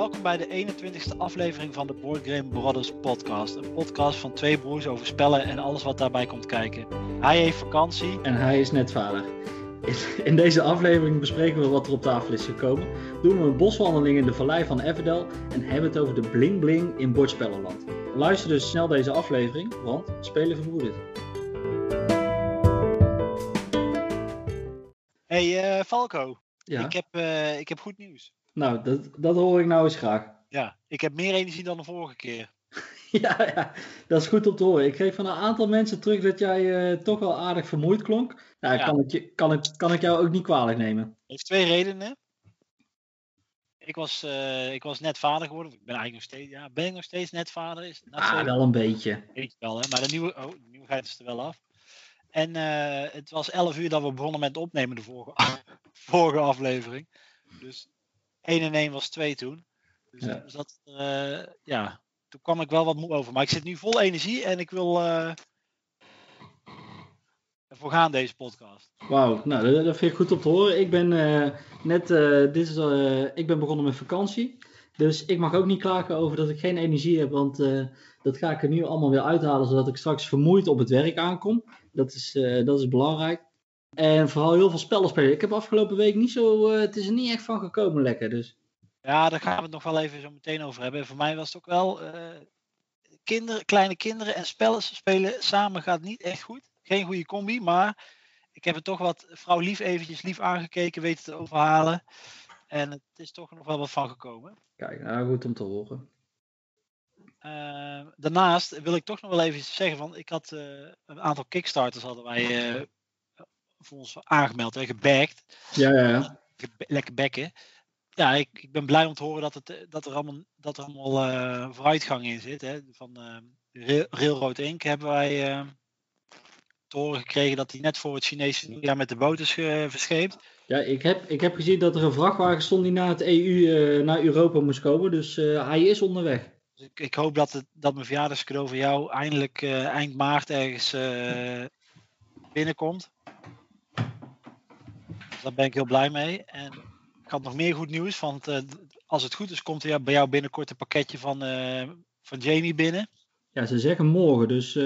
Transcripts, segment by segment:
Welkom bij de 21ste aflevering van de Board Game Brothers podcast. Een podcast van twee broers over spellen en alles wat daarbij komt kijken. Hij heeft vakantie. En hij is net vader. In deze aflevering bespreken we wat er op tafel is gekomen. Doen we een boswandeling in de vallei van Everdell en hebben het over de bling bling in bordspellenland. Luister dus snel deze aflevering, want spelen verbroedert. Hey Falco, Ja. ik heb goed nieuws. Nou, dat hoor ik nou eens graag. Ja, ik heb meer energie dan de vorige keer. Ja, dat is goed om te horen. Ik kreeg van een aantal mensen terug dat jij toch wel aardig vermoeid klonk. Nou, Ja. kan ik jou ook niet kwalijk nemen. Heeft twee redenen. Ik was net vader geworden. Ik ben eigenlijk nog steeds. Ja, ben ik nog steeds net vader? Wel een beetje. Weet je wel, hè? Maar de nieuwigheid is er wel af. En het was 11 uur dat we begonnen met opnemen de vorige aflevering. Dus 1 en 1 was 2 toen. Dus Ja. toen kwam ik wel wat moe over. Maar ik zit nu vol energie en ik wil ervoor gaan deze podcast. Wauw, nou dat vind ik goed om te horen. Ik ben ik ben begonnen met vakantie. Dus ik mag ook niet klagen over dat ik geen energie heb. Want dat ga ik er nu allemaal weer uithalen. Zodat ik straks vermoeid op het werk aankom. Dat is belangrijk. En vooral heel veel spellen spelen. Ik heb afgelopen week niet zo... het is er niet echt van gekomen lekker. Dus. Ja, daar gaan we het nog wel even zo meteen over hebben. En voor mij was het ook wel... kleine kinderen en spellen spelen samen gaat niet echt goed. Geen goede combi, maar ik heb het toch wat vrouw eventjes lief aangekeken, weten te overhalen. En het is toch nog wel wat van gekomen. Kijk, nou goed om te horen. Daarnaast wil ik toch nog wel even zeggen, van ik had een aantal Kickstarters hadden wij voor ons aangemeld en gebagd. Ja. Lekker bekken. Ja, ik ben blij om te horen dat er allemaal vooruitgang in zit. Hè. Van Railroad Inc. hebben wij te horen gekregen dat hij net voor het Chinese nieuwjaar met de boot is verscheept. Ja, ik heb gezien dat er een vrachtwagen stond die naar het EU, naar Europa moest komen. Dus hij is onderweg. Dus ik hoop dat mijn verjaardagscadeau voor jou eindelijk eind maart ergens binnenkomt. Dus daar ben ik heel blij mee. En ik had nog meer goed nieuws. Want als het goed is, komt er bij jou binnenkort een pakketje van Jamie binnen. Ja, ze zeggen morgen. Dus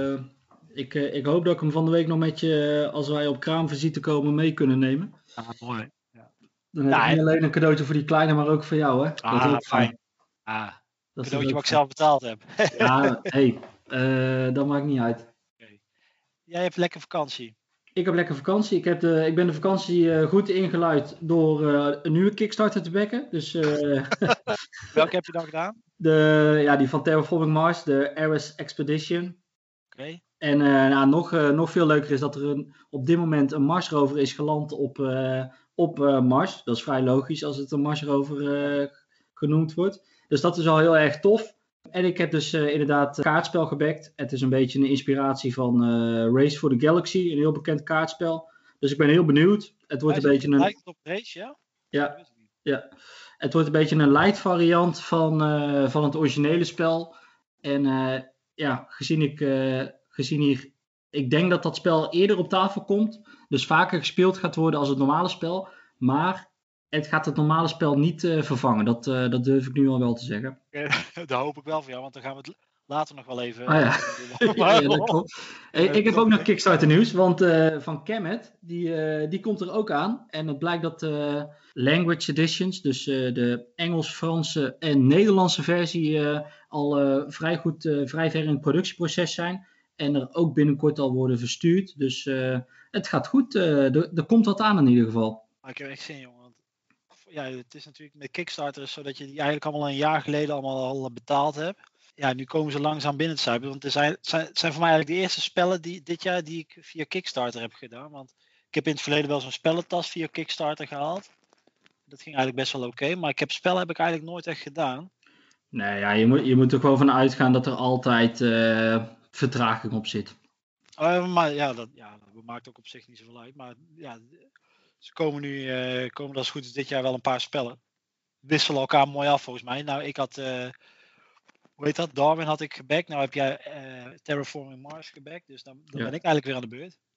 ik hoop dat ik hem van de week nog met je, als wij op kraamvisite komen, mee kunnen nemen. Ah, mooi. Ja. Dan heb ik niet alleen een cadeautje voor die kleine, maar ook voor jou, hè? Fijn. Dat cadeautje wat ik zelf betaald heb. Ja, dat maakt niet uit. Okay. Jij hebt lekker vakantie. Ik heb lekker vakantie. Ik ben de vakantie goed ingeluid door een nieuwe Kickstarter te backen. Dus, Welke heb je dan gedaan? Die van Terraforming Mars, de Ares Expedition. Okay. En nog veel leuker is dat er op dit moment een Marsrover is geland op Mars. Dat is vrij logisch als het een Marsrover genoemd wordt. Dus dat is al heel erg tof. En ik heb dus inderdaad kaartspel gebackt. Het is een beetje een inspiratie van Race for the Galaxy, een heel bekend kaartspel. Dus ik ben heel benieuwd. Het wordt een beetje een... Lijkt het op Race, ja? Ja. Het wordt een beetje een light variant van het originele spel. En gezien hier... Ik denk dat dat spel eerder op tafel komt. Dus vaker gespeeld gaat worden als het normale spel. Maar het gaat het normale spel niet vervangen. Dat durf ik nu al wel te zeggen. Dat hoop ik wel voor jou, want dan gaan we het later nog wel even... Ja, dat klopt. Ik heb ook nog Kickstarter nieuws, want van Kemet, die komt er ook aan. En het blijkt dat Language Editions, dus de Engels, Franse en Nederlandse versie, al vrij ver in het productieproces zijn. En er ook binnenkort al worden verstuurd. Dus het gaat goed. Er komt wat aan in ieder geval. Ik heb echt zin, jongen. Want, ja, het is natuurlijk met Kickstarter is zo dat je die eigenlijk allemaal een jaar geleden allemaal al betaald hebt. Ja, nu komen ze langzaam binnen te zuipen. Want er zijn voor mij eigenlijk de eerste spellen dit jaar die ik via Kickstarter heb gedaan. Want ik heb in het verleden wel zo'n spellentas via Kickstarter gehaald. Dat ging eigenlijk best wel oké. Maar spellen heb ik eigenlijk nooit echt gedaan. Nee, ja, je moet er gewoon van uitgaan dat er altijd vertraging op zit. Maar dat maakt ook op zich niet zoveel uit. Maar ja, ze komen nu, dat is goed, dit jaar wel een paar spellen. Wisselen elkaar mooi af volgens mij. Nou, ik had, hoe heet dat? Darwin had ik gebackt. Nou heb jij Terraforming Mars gebackt. Dus dan ben ik eigenlijk weer aan de beurt.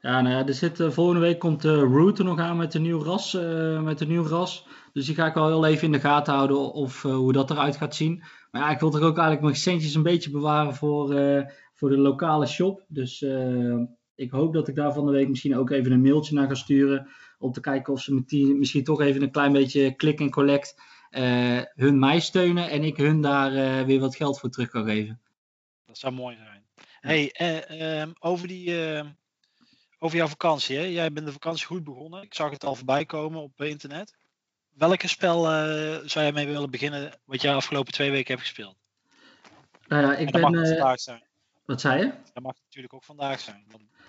Ja, nou ja, volgende week komt Root er nog aan met een nieuw ras. Dus die ga ik wel heel even in de gaten houden of hoe dat eruit gaat zien. Maar ja, ik wil toch ook eigenlijk mijn centjes een beetje bewaren voor de lokale shop. Dus ik hoop dat ik daar van de week misschien ook even een mailtje naar ga sturen. Om te kijken of ze misschien toch even een klein beetje click en collect hun mij steunen. En ik hun daar weer wat geld voor terug kan geven. Dat zou mooi zijn. Ja. Hey, over jouw vakantie. Hè? Jij bent de vakantie goed begonnen. Ik zag het al voorbij komen op internet. Welke spel zou jij mee willen beginnen wat jij de afgelopen 2 weken hebt gespeeld? Nou ja, ik ben... Dat mag vandaag zijn. Wat zei je? Dat mag natuurlijk ook vandaag zijn.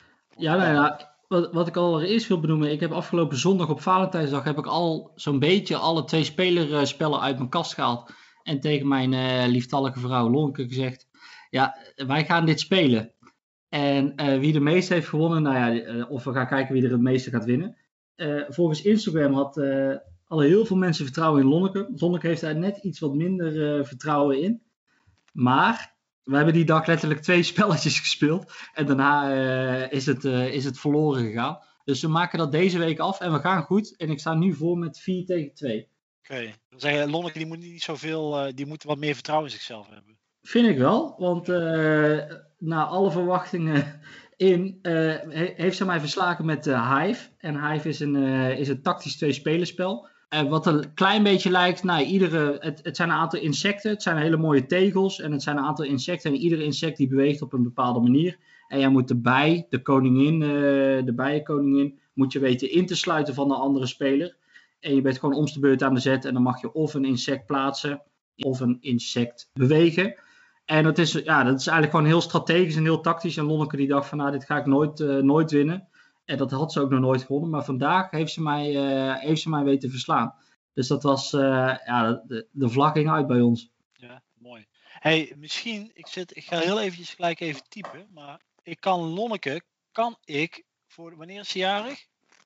Wat ik allereerst wil benoemen. Ik heb afgelopen zondag op Valentijnsdag heb ik al zo'n beetje alle 2 spelerspellen uit mijn kast gehaald. En tegen mijn lieftallige vrouw Lonneke gezegd. Ja, wij gaan dit spelen. En wie de meeste heeft gewonnen, nou ja, of we gaan kijken wie er het meeste gaat winnen. Volgens Instagram hadden heel veel mensen vertrouwen in Lonneke. Lonneke heeft daar net iets wat minder vertrouwen in. Maar we hebben die dag letterlijk 2 spelletjes gespeeld. En daarna is het verloren gegaan. Dus we maken dat deze week af en we gaan goed. En ik sta nu voor met 4-2. Oké. Dan zeg je, Lonneke die moet niet zoveel, die moet wat meer vertrouwen in zichzelf hebben. Vind ik wel, want na alle verwachtingen heeft ze mij verslagen met Hive. En Hive is een tactisch 2-spelerspel. Wat een klein beetje lijkt, het zijn een aantal insecten, het zijn hele mooie tegels en het zijn een aantal insecten en ieder insect die beweegt op een bepaalde manier. En jij moet de bijenkoningin, moet je weten in te sluiten van de andere speler. En je bent gewoon om de beurt aan de zet en dan mag je of een insect plaatsen of een insect bewegen. En dat is eigenlijk gewoon heel strategisch en heel tactisch. En Lonneke die dacht van dit ga ik nooit winnen. En dat had ze ook nog nooit gewonnen. Maar vandaag heeft ze mij weten verslaan. Dus dat was, de vlag ging uit bij ons. Ja, mooi. Hey, misschien, ik ga heel eventjes gelijk even typen. Maar ik kan Lonneke, wanneer is ze jarig?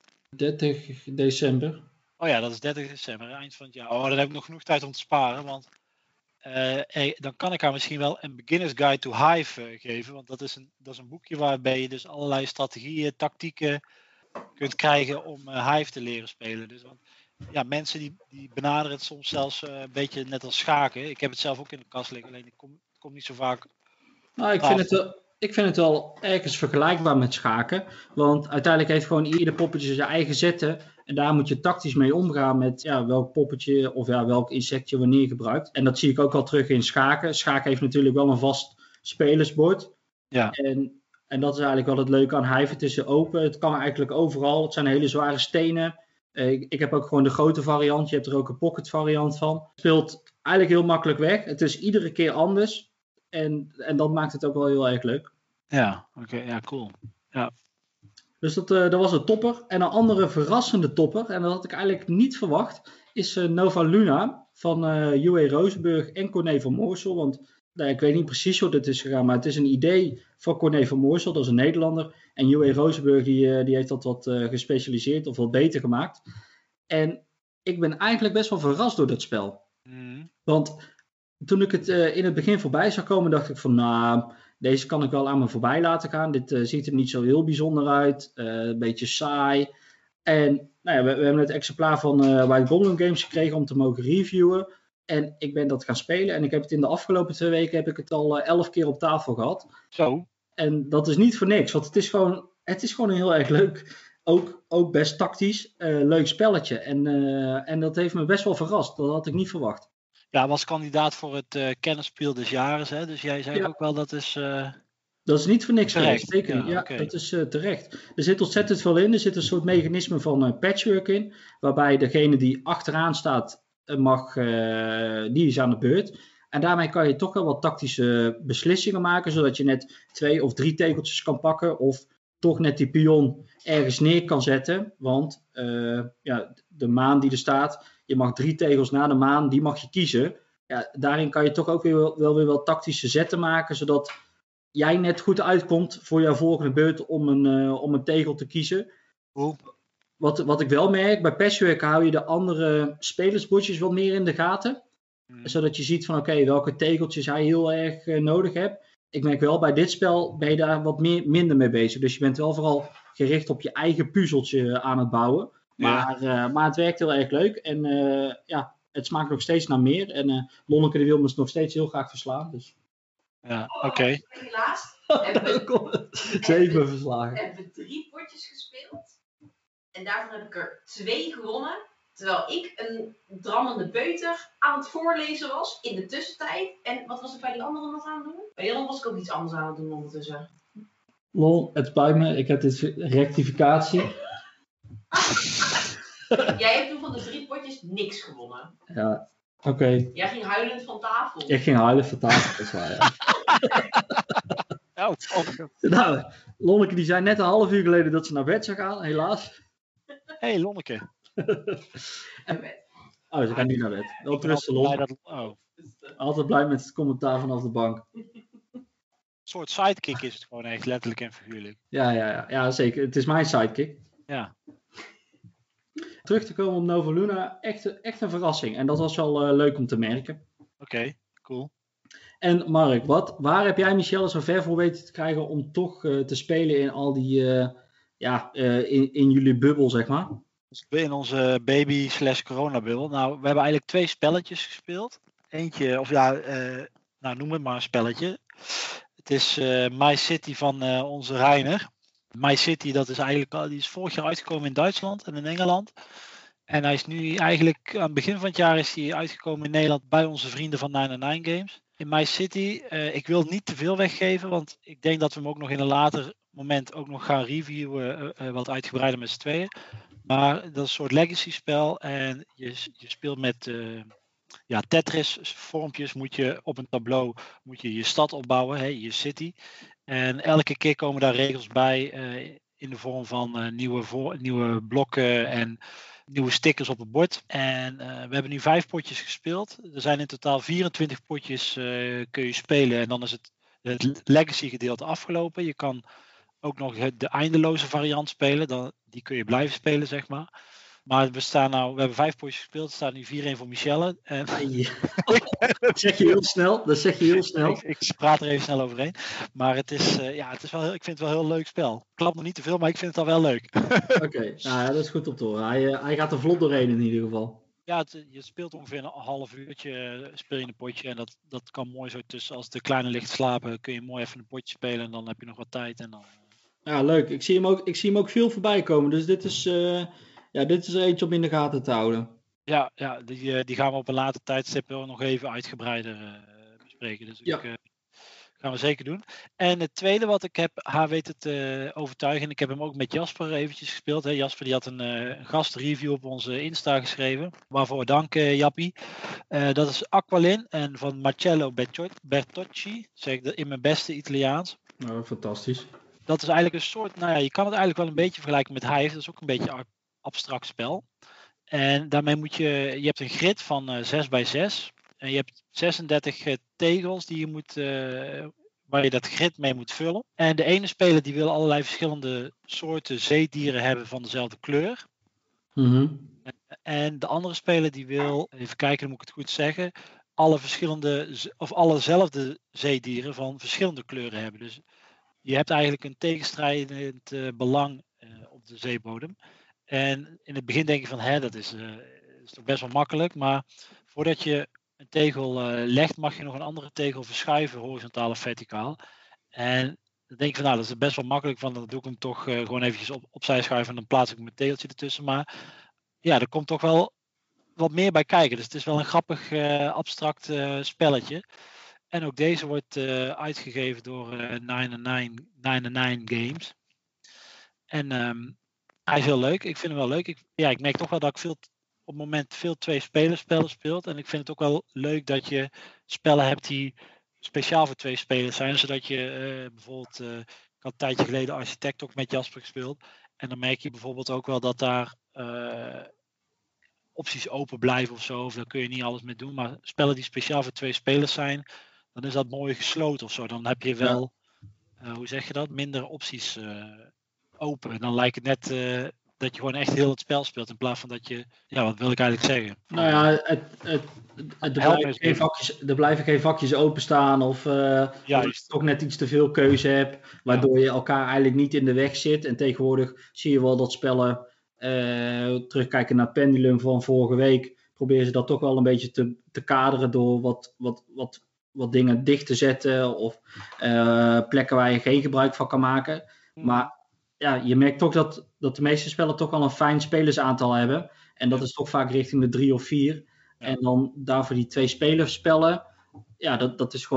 30 december. Oh ja, dat is 30 december, eind van het jaar. Oh, dan heb ik nog genoeg tijd om te sparen. Want dan kan ik haar misschien wel een Beginner's Guide to Hive geven. Want dat is een boekje waarbij je dus allerlei strategieën, tactieken kunt krijgen om Hive te leren spelen. Dus ja, mensen die benaderen het soms zelfs een beetje net als schaken. Ik heb het zelf ook in de kast liggen, alleen ik kom niet zo vaak. Nou, ik vind het wel ergens vergelijkbaar met schaken. Want uiteindelijk heeft gewoon ieder poppetje zijn eigen zetten. En daar moet je tactisch mee omgaan met welk poppetje of welk insectje wanneer je gebruikt. En dat zie ik ook al terug in schaken. Schaken heeft natuurlijk wel een vast spelersbord. Ja. En dat is eigenlijk wel het leuke aan Hive. Het is open, het kan eigenlijk overal. Het zijn hele zware stenen. Ik heb ook gewoon de grote variant. Je hebt er ook een pocket variant van. Het speelt eigenlijk heel makkelijk weg. Het is iedere keer anders. En dat maakt het ook wel heel erg leuk. Ja, oké. Ja, cool. Ja. Dus dat was een topper. En een andere verrassende topper, en dat had ik eigenlijk niet verwacht, is Nova Luna van UA Rozenburg en Corné van Moorsel. Want ik weet niet precies hoe dit is gegaan, maar het is een idee van Corné van Moorsel, dat is een Nederlander. En UA Rozenburg die heeft dat wat gespecialiseerd of wat beter gemaakt. En ik ben eigenlijk best wel verrast door dat spel. Want toen ik het in het begin voorbij zag komen, dacht ik van deze kan ik wel aan me voorbij laten gaan. Dit ziet er niet zo heel bijzonder uit. Een beetje saai. En we hebben het exemplaar van White Goblin Games gekregen om te mogen reviewen. En ik ben dat gaan spelen. En ik heb het in de afgelopen 2 weken heb ik het al 11 keer op tafel gehad. Zo. En dat is niet voor niks. Want het is gewoon een heel erg leuk. Ook best tactisch. Leuk spelletje. En dat heeft me best wel verrast. Dat had ik niet verwacht. Ja, was kandidaat voor het kennisspel des jaren. Hè? Dus jij zei ook wel dat is... Dat is niet voor niks terecht. Zeker. Ja, okay. Dat is terecht. Er zit ontzettend veel in. Er zit een soort mechanisme van patchwork in. Waarbij degene die achteraan staat, die is aan de beurt. En daarmee kan je toch wel wat tactische beslissingen maken. Zodat je net 2 of 3 tegeltjes kan pakken. Of toch net die pion ergens neer kan zetten. Want de maan die er staat, je mag 3 tegels na de maan, die mag je kiezen. Ja, daarin kan je toch ook wel weer wat tactische zetten maken. Zodat jij net goed uitkomt voor jouw volgende beurt om een tegel te kiezen. Wat ik wel merk, bij Patchwork hou je de andere spelersbordjes wat meer in de gaten. Zodat je ziet van welke tegeltjes hij heel erg nodig hebt. ik merk wel, bij dit spel ben je daar wat minder mee bezig. Dus je bent wel vooral gericht op je eigen puzzeltje aan het bouwen. Maar het werkt heel erg leuk. En het smaakt nog steeds naar meer. En Lonneke wil me nog steeds heel graag verslaan. Dus. Ja, oké. Helaas hebben we 7 verslagen. Hebben we 3 potjes gespeeld. En daarvan heb ik er 2 gewonnen. Terwijl ik een drammende peuter aan het voorlezen was in de tussentijd. En wat was ik bij die anderen nog aan het doen? Bij Jan was ik ook iets anders aan het doen ondertussen. Lol, het spijt me. Ik heb dit rectificatie. Jij hebt toen van de 3 potjes niks gewonnen. Ja, oké. Jij ging huilend van tafel. Ik ging huilen van tafel, dat is waar, ja. Nou, Lonneke die zei net een half uur geleden dat ze naar bed zou gaan, helaas. Hey, Lonneke. Ze gaat niet naar bed. Wel trusten, Lon. Altijd blij met het commentaar vanaf de bank. Een soort sidekick is het gewoon echt, letterlijk en figuurlijk. Ja, zeker. Het is mijn sidekick. Ja. Terug te komen op Nova Luna, echt een verrassing. En dat was wel leuk om te merken. Oké, cool. En Mark, waar heb jij Michelle zo ver voor weten te krijgen om toch te spelen in al die, in jullie bubbel, zeg maar? In onze baby/corona-bubbel. Nou, we hebben eigenlijk 2 spelletjes gespeeld. Eentje, noem het maar een spelletje. Het is My City van onze Reiner. My City, dat is eigenlijk, die is vorig jaar uitgekomen in Duitsland en in Engeland. En hij is nu eigenlijk, aan het begin van het jaar is hij uitgekomen in Nederland bij onze vrienden van 99 Games. In My City, ik wil niet te veel weggeven, want ik denk dat we hem ook nog in een later moment ook nog gaan reviewen, wat uitgebreider met z'n tweeën. Maar dat is een soort legacy spel en je speelt met Tetris vormpjes, moet je op een tableau je stad opbouwen, je city. En elke keer komen daar regels bij in de vorm van nieuwe blokken en nieuwe stickers op het bord. En we hebben nu 5 potjes gespeeld. Er zijn in totaal 24 potjes kun je spelen en dan is het legacy gedeelte afgelopen. Je kan ook nog de eindeloze variant spelen. Die kun je blijven spelen, zeg maar. Maar we hebben 5 potjes gespeeld. Er staat nu 4-1 voor Michelle. En dat zeg je heel snel. Ik praat er even snel overheen. Maar het is wel, ik vind het wel een heel leuk spel. Ik klap nog niet te veel, maar ik vind het al wel leuk. Oké, dat is goed om te horen. Hij gaat er vlot doorheen in ieder geval. Ja, je speelt ongeveer een half uurtje, speel je een potje. En dat kan mooi zo tussen, als de kleine ligt slapen, kun je mooi even een potje spelen. En dan heb je nog wat tijd. En dan... Ja, leuk. Ik zie hem ook veel voorbij komen. Dus dit is er eentje om in de gaten te houden. Ja, die gaan we op een later tijdstip nog even uitgebreider bespreken. Dus gaan we zeker doen. En het tweede wat ik heb haar weten te overtuigen, en ik heb hem ook met Jasper eventjes gespeeld. Hè. Jasper die had een gastreview op onze Insta geschreven. Waarvoor dank, Jappie. Dat is Aqualin en van Marcello Bertocci. Zeg ik in mijn beste Italiaans. Nou, fantastisch. Dat is eigenlijk een soort, je kan het eigenlijk wel een beetje vergelijken met Hive. Dat is ook een beetje een abstract spel. En daarmee je hebt een grid van 6 bij 6. En je hebt 36 tegels die je waar je dat grid mee moet vullen. En de ene speler die wil allerlei verschillende soorten zeedieren hebben van dezelfde kleur. Mm-hmm. En de andere speler die wil, even kijken, dan moet ik het goed zeggen, allezelfde zeedieren van verschillende kleuren hebben. Dus je hebt eigenlijk een tegenstrijdend belang op de zeebodem. En in het begin denk je van, dat is toch best wel makkelijk. Maar voordat je een tegel legt, mag je nog een andere tegel verschuiven, horizontaal of verticaal. En dan denk je van, dat is best wel makkelijk. Van, dan doe ik hem toch gewoon eventjes opzij schuiven en dan plaats ik mijn tegeltje ertussen. Maar ja, er komt toch wel wat meer bij kijken. Dus het is wel een grappig abstract spelletje. En ook deze wordt uitgegeven door 99 Games. En hij is heel leuk. Ik vind hem wel leuk. Ik merk toch wel dat ik op het moment veel 2-spelerspellen speelt. En ik vind het ook wel leuk dat je spellen hebt die speciaal voor 2 spelers zijn. Zodat je bijvoorbeeld, ik had een tijdje geleden Architect ook met Jasper gespeeld. En dan merk je bijvoorbeeld ook wel dat daar opties open blijven of zo. Of daar kun je niet alles mee doen. Maar spellen die speciaal voor 2 spelers zijn, dan is dat mooi gesloten of zo. Dan heb je wel, hoe zeg je dat, minder opties open. Dan lijkt het net dat je gewoon echt heel het spel speelt. In plaats van dat je... Ja, wat wil ik eigenlijk zeggen? Nou ja, er blijven geen vakjes openstaan of dat je toch net iets te veel keuze hebt, waardoor je elkaar eigenlijk niet in de weg zit. En tegenwoordig zie je wel dat spellen, terugkijken naar Pendulum van vorige week, proberen ze dat toch wel een beetje te kaderen door wat dingen dicht te zetten of plekken waar je geen gebruik van kan maken. Maar ja, je merkt toch dat de meeste spellen toch wel een fijn spelersaantal hebben. En dat is toch vaak richting de 3 of 4. Ja. En dan daarvoor die 2 spelerspellen. Ja, dat is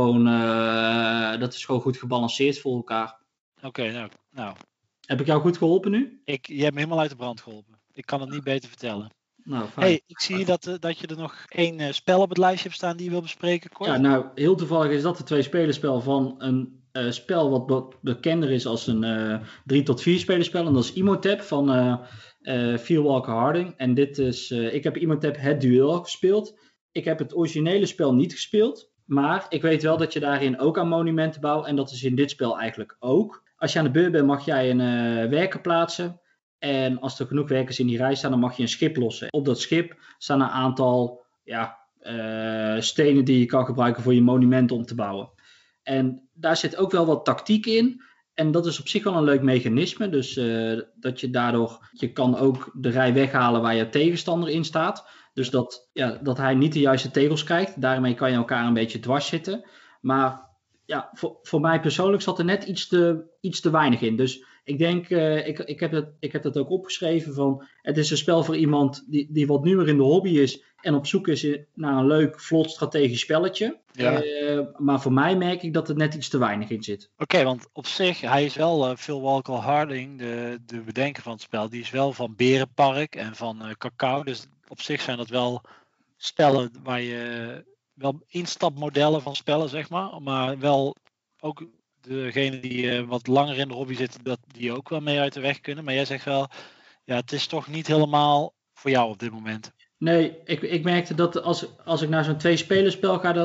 gewoon goed gebalanceerd voor elkaar. Oké, nou. Heb ik jou goed geholpen nu? Je hebt me helemaal uit de brand geholpen. Ik kan het niet beter vertellen. Nou, fijn. Hey, ik zie dat je er nog 1 spel op het lijstje hebt staan die je wil bespreken, kort. Ja, nou, heel toevallig is dat de 2 spelerspel van een spel wat bekender is als een 3 tot 4 spelerspel. En dat is Imhotep van Phil Walker Harding. En dit is, ik heb Imhotep Het Duel gespeeld. Ik heb het originele spel niet gespeeld. Maar ik weet wel dat je daarin ook aan monumenten bouwt. En dat is in dit spel eigenlijk ook. Als je aan de beurt bent mag jij een werker plaatsen. En als er genoeg werkers in die rij staan, dan mag je een schip lossen. Op dat schip staan een aantal stenen die je kan gebruiken voor je monumenten om te bouwen. En daar zit ook wel wat tactiek in. En dat is op zich wel een leuk mechanisme. Dus dat je daardoor, je kan ook de rij weghalen waar je tegenstander in staat. Dus dat hij niet de juiste tegels krijgt. Daarmee kan je elkaar een beetje dwars zitten. Maar ja, voor mij persoonlijk zat er net iets te weinig in. Dus ik denk, ik heb dat ook opgeschreven van, het is een spel voor iemand die wat nieuwer in de hobby is en op zoek is naar een leuk, vlot strategisch spelletje. Ja. Maar voor mij merk ik dat er net iets te weinig in zit. Oké, want op zich, hij is wel, Phil Walker Harding, de bedenker van het spel, die is wel van Berenpark en van Cacao. Dus op zich zijn dat wel spellen waar je, wel instapmodellen van spellen, zeg maar wel ook degene die wat langer in de hobby zitten, dat die ook wel mee uit de weg kunnen. Maar jij zegt wel, ja, het is toch niet helemaal voor jou op dit moment. Nee, ik merkte dat als ik naar zo'n 2-spelerspel ga,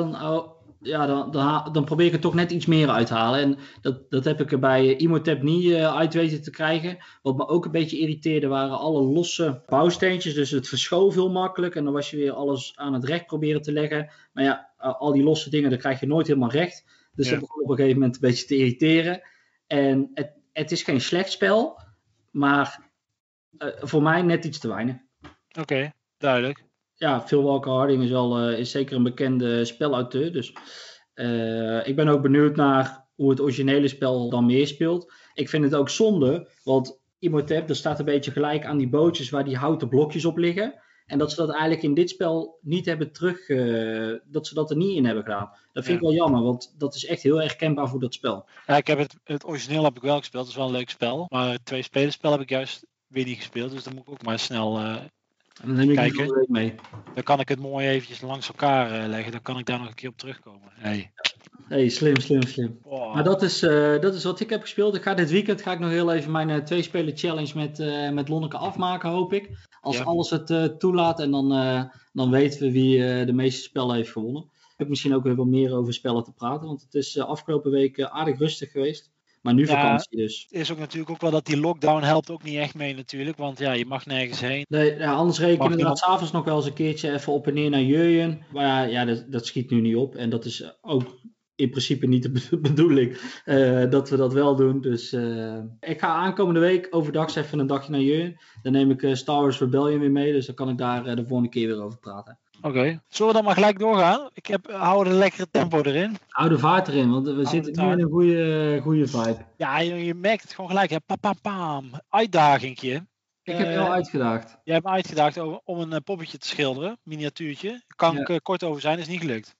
dan probeer ik er toch net iets meer uit te halen. En dat heb ik er bij Imhotep niet uit weten te krijgen. Wat me ook een beetje irriteerde waren alle losse bouwsteentjes. Dus het verschoof heel makkelijk. En dan was je weer alles aan het recht proberen te leggen. Maar ja, al die losse dingen, dat krijg je nooit helemaal recht. Dus dat begon op een gegeven moment een beetje te irriteren. En het is geen slecht spel. Maar voor mij net iets te weinig. Oké, duidelijk. Ja, Phil Walker Harding is zeker een bekende spelauteur. Dus ik ben ook benieuwd naar hoe het originele spel dan meer speelt. Ik vind het ook zonde, want Imhotep, er staat een beetje gelijk aan die bootjes waar die houten blokjes op liggen. En dat ze dat eigenlijk in dit spel niet hebben dat ze dat er niet in hebben gedaan. Dat vind ik wel jammer, want dat is echt heel erg kenbaar voor dat spel. Ja, ik heb het origineel heb ik wel gespeeld, dat is wel een leuk spel. Maar het 2-spelerspel heb ik juist weer niet gespeeld, dus dan moet ik ook maar snel dan neem ik kijken. Mee. Dan kan ik het mooi eventjes langs elkaar leggen, dan kan ik daar nog een keer op terugkomen. Hey, slim. Oh. Maar dat is wat ik heb gespeeld. Dit weekend ga ik nog heel even mijn 2-speler challenge met Lonneke afmaken, hoop ik. Als alles het toelaat en dan weten we wie de meeste spellen heeft gewonnen. Ik heb misschien ook weer wat meer over spellen te praten, want het is afgelopen week aardig rustig geweest. Maar nu vakantie dus. Het is ook natuurlijk ook wel dat die lockdown helpt ook niet echt mee natuurlijk. Want ja, je mag nergens heen. Nee, anders reken ik inderdaad 's avonds nog wel eens een keertje even op en neer naar Jurjen. Maar ja, dat schiet nu niet op. En dat is ook in principe niet de bedoeling dat we dat wel doen. Dus ik ga aankomende week overdags even een dagje naar Jurjen. Dan neem ik Star Wars Rebellion weer mee. Dus dan kan ik daar de volgende keer weer over praten. Oké. Zullen we dan maar gelijk doorgaan? Hou een lekkere tempo erin. Hou de vaart erin, want we zitten nu in een goede vibe. Ja, je merkt het gewoon gelijk. Pam. Uitdagingje. Ik heb jou uitgedaagd. Jij hebt me uitgedaagd om een poppetje te schilderen. Miniatuurtje. Daar kan ik kort over zijn, is niet gelukt.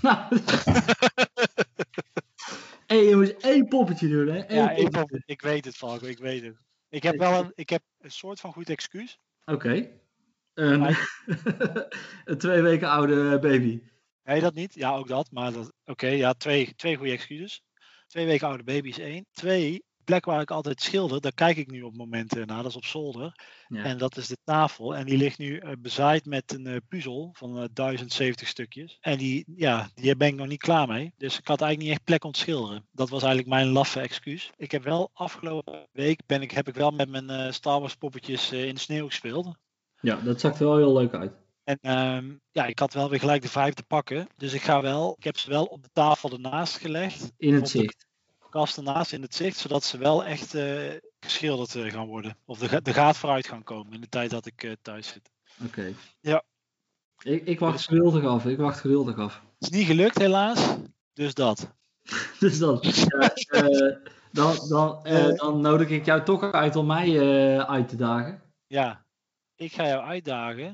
Hey, je moet 1 poppetje doen, hè? Één poppetje. Ik weet het, Falco. Ik weet het. Ik heb een soort van goed excuus. Oké. Een 2 weken oude baby. Nee, dat niet. Ja, ook dat. Maar oké, 2 goede excuses. 2 weken oude baby is 1. 2, plek waar ik altijd schilder, daar kijk ik nu op momenten naar. Dat is op zolder. Ja. En dat is de tafel. En die ligt nu bezaaid met een puzzel van 1070 stukjes. En die ben ik nog niet klaar mee. Dus ik had eigenlijk niet echt plek om te schilderen. Dat was eigenlijk mijn laffe excuus. Ik heb wel afgelopen week heb ik wel met mijn Star Wars poppetjes in de sneeuw gespeeld. Ja, dat zag er wel heel leuk uit. En ik had wel weer gelijk de 5 te pakken. Dus ik heb ze wel op de tafel ernaast gelegd. In het Op zicht. de kast ernaast in het zicht. Zodat ze wel echt geschilderd gaan worden. Of de gaat vooruit gaan komen in de tijd dat ik thuis zit. Oké. Ja. Ik wacht geduldig af. Het is niet gelukt helaas. Dus dat. Dus dan nodig ik jou toch uit om mij uit te dagen. Ja. Ik ga jou uitdagen.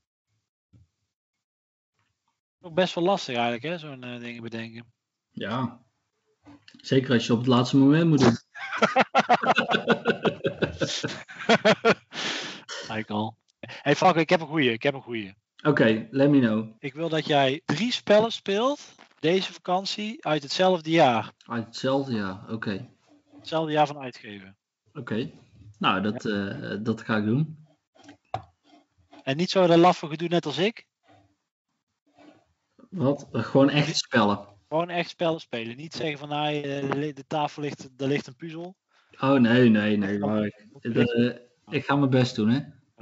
Ook best wel lastig eigenlijk, hè, zo'n dingen bedenken. Ja. Zeker als je op het laatste moment moet doen. Eigenlijk al. Hey Falco, ik heb een goeie. Oké, let me know. Ik wil dat jij 3 spellen speelt deze vakantie uit hetzelfde jaar. Uit hetzelfde jaar, oké. Hetzelfde jaar van uitgeven. Oké. Nou, dat ga ik doen. En niet zo de laffe gedoe net als ik. Wat? Gewoon echt spellen. Gewoon echt spellen spelen. Niet zeggen van de tafel daar ligt een puzzel. Oh, nee. Maar ik ga mijn best doen, hè.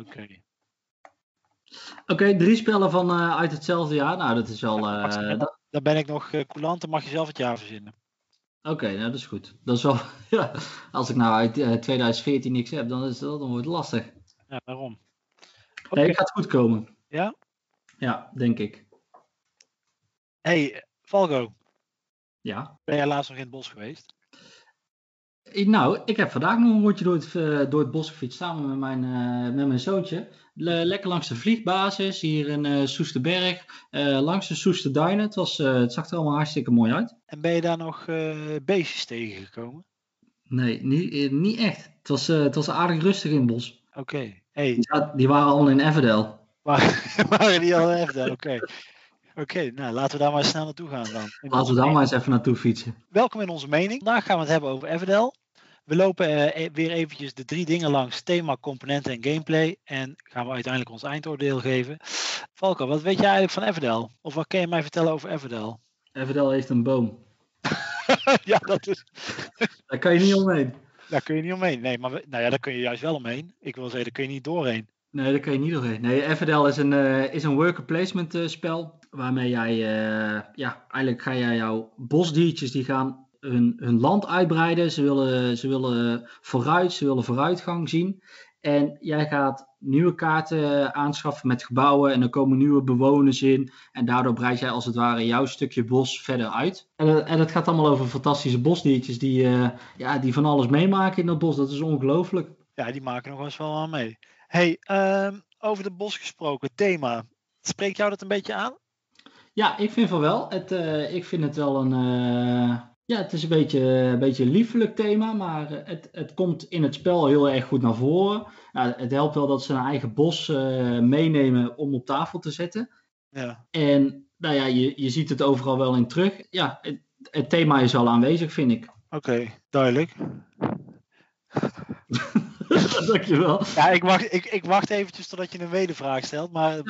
Oké, 3 spellen uit hetzelfde jaar. Nou, dat is wel... Dan ben ik nog coulant, dan mag je zelf het jaar verzinnen. Oké, nou, dat is goed. Dat is wel... ja, als ik nou uit 2014 niks heb, dan wordt het lastig. Ja, daarom. Nee, het gaat goed komen. Ja? Ja, denk ik. Hey, Falco. Ja? Ben jij laatst nog in het bos geweest? Nou, ik heb vandaag nog een rondje door het bos gefietst samen met mijn zoontje. Lekker langs de vliegbasis hier in Soesterberg, langs de Soesterduinen. Het zag er allemaal hartstikke mooi uit. En ben je daar nog beestjes tegengekomen? Nee, niet echt. Het was aardig rustig in het bos. Oké. Hey. Die waren allemaal in Everdell. Waren die al in Everdell? Oké, nou laten we daar maar snel naartoe gaan dan. Laten we daar maar eens even naartoe fietsen. Welkom in onze mening. Vandaag gaan we het hebben over Everdell. We lopen weer eventjes de 3 dingen langs: thema, componenten en gameplay. En gaan we uiteindelijk ons eindoordeel geven. Falco, wat weet jij eigenlijk van Everdell? Of wat kan je mij vertellen over Everdell? Everdell heeft een boom. Ja, dat is... Daar kan je niet omheen. Daar kun je niet omheen. Nee, maar daar kun je juist wel omheen. Ik wil zeggen, daar kun je niet doorheen. Nee, daar kan je niet doorheen. Nee, Everdell is een worker placement spel. Waarmee jij, eigenlijk ga jij jouw bosdiertjes, die gaan hun land uitbreiden. Ze willen vooruit, ze willen vooruitgang zien. En jij gaat nieuwe kaarten aanschaffen met gebouwen en er komen nieuwe bewoners in. En daardoor breid jij als het ware jouw stukje bos verder uit. En het gaat allemaal over fantastische bosdiertjes die van alles meemaken in dat bos. Dat is ongelooflijk. Ja, die maken nog wel eens wel aan mee. Hey, over het bos gesproken, thema. Spreekt jou dat een beetje aan? Ja, ik vind van wel. Ik vind het wel het is een beetje een liefelijk thema, maar het komt in het spel heel erg goed naar voren. Nou, het helpt wel dat ze een eigen bos meenemen om op tafel te zetten. Ja. En nou ja, je ziet het overal wel in terug. Ja, het thema is al aanwezig, vind ik. Oké, duidelijk. Dankjewel. Ja, ik wacht eventjes totdat je een wedervraag stelt, maar...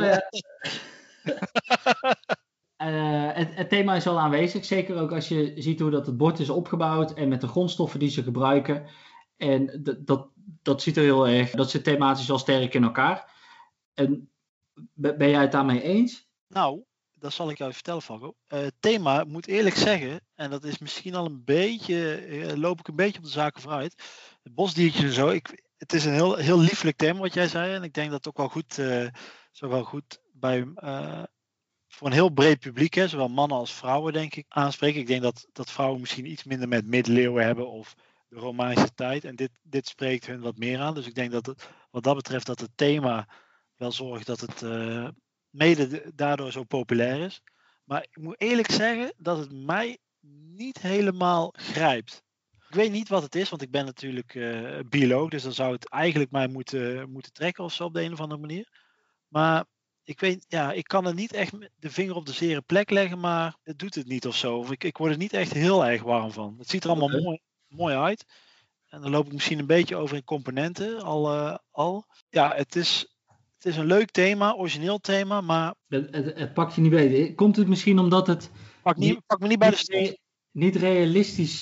Het thema is al aanwezig, zeker ook als je ziet hoe dat het bord is opgebouwd en met de grondstoffen die ze gebruiken. En dat ziet er heel erg, dat zit thematisch wel sterk in elkaar. En ben jij het daarmee eens? Nou, dat zal ik jou vertellen, Falco. Het thema, moet eerlijk zeggen, en dat is misschien al een beetje, loop ik een beetje op de zaken vooruit. De bosdiertjes en zo, het is een heel liefelijk thema wat jij zei. En ik denk dat het ook wel goed bij... voor een heel breed publiek, hè, zowel mannen als vrouwen, denk ik, aanspreken. Ik denk dat vrouwen misschien iets minder met middeleeuwen hebben of de Romeinse tijd. En dit spreekt hun wat meer aan. Dus ik denk dat wat dat betreft dat het thema wel zorgt dat het mede daardoor zo populair is. Maar ik moet eerlijk zeggen dat het mij niet helemaal grijpt. Ik weet niet wat het is, want ik ben natuurlijk bioloog. Dus dan zou het eigenlijk mij moeten trekken of zo op de een of andere manier. Maar... ik kan er niet echt de vinger op de zere plek leggen, maar het doet het niet of zo. Of ik word er niet echt heel erg warm van. Het ziet er allemaal mooi uit. En dan loop ik misschien een beetje over in componenten al. Ja, het is een leuk thema, origineel thema, maar Het pakt je niet beter. Komt het misschien omdat het pak me niet bij de strot. niet realistisch,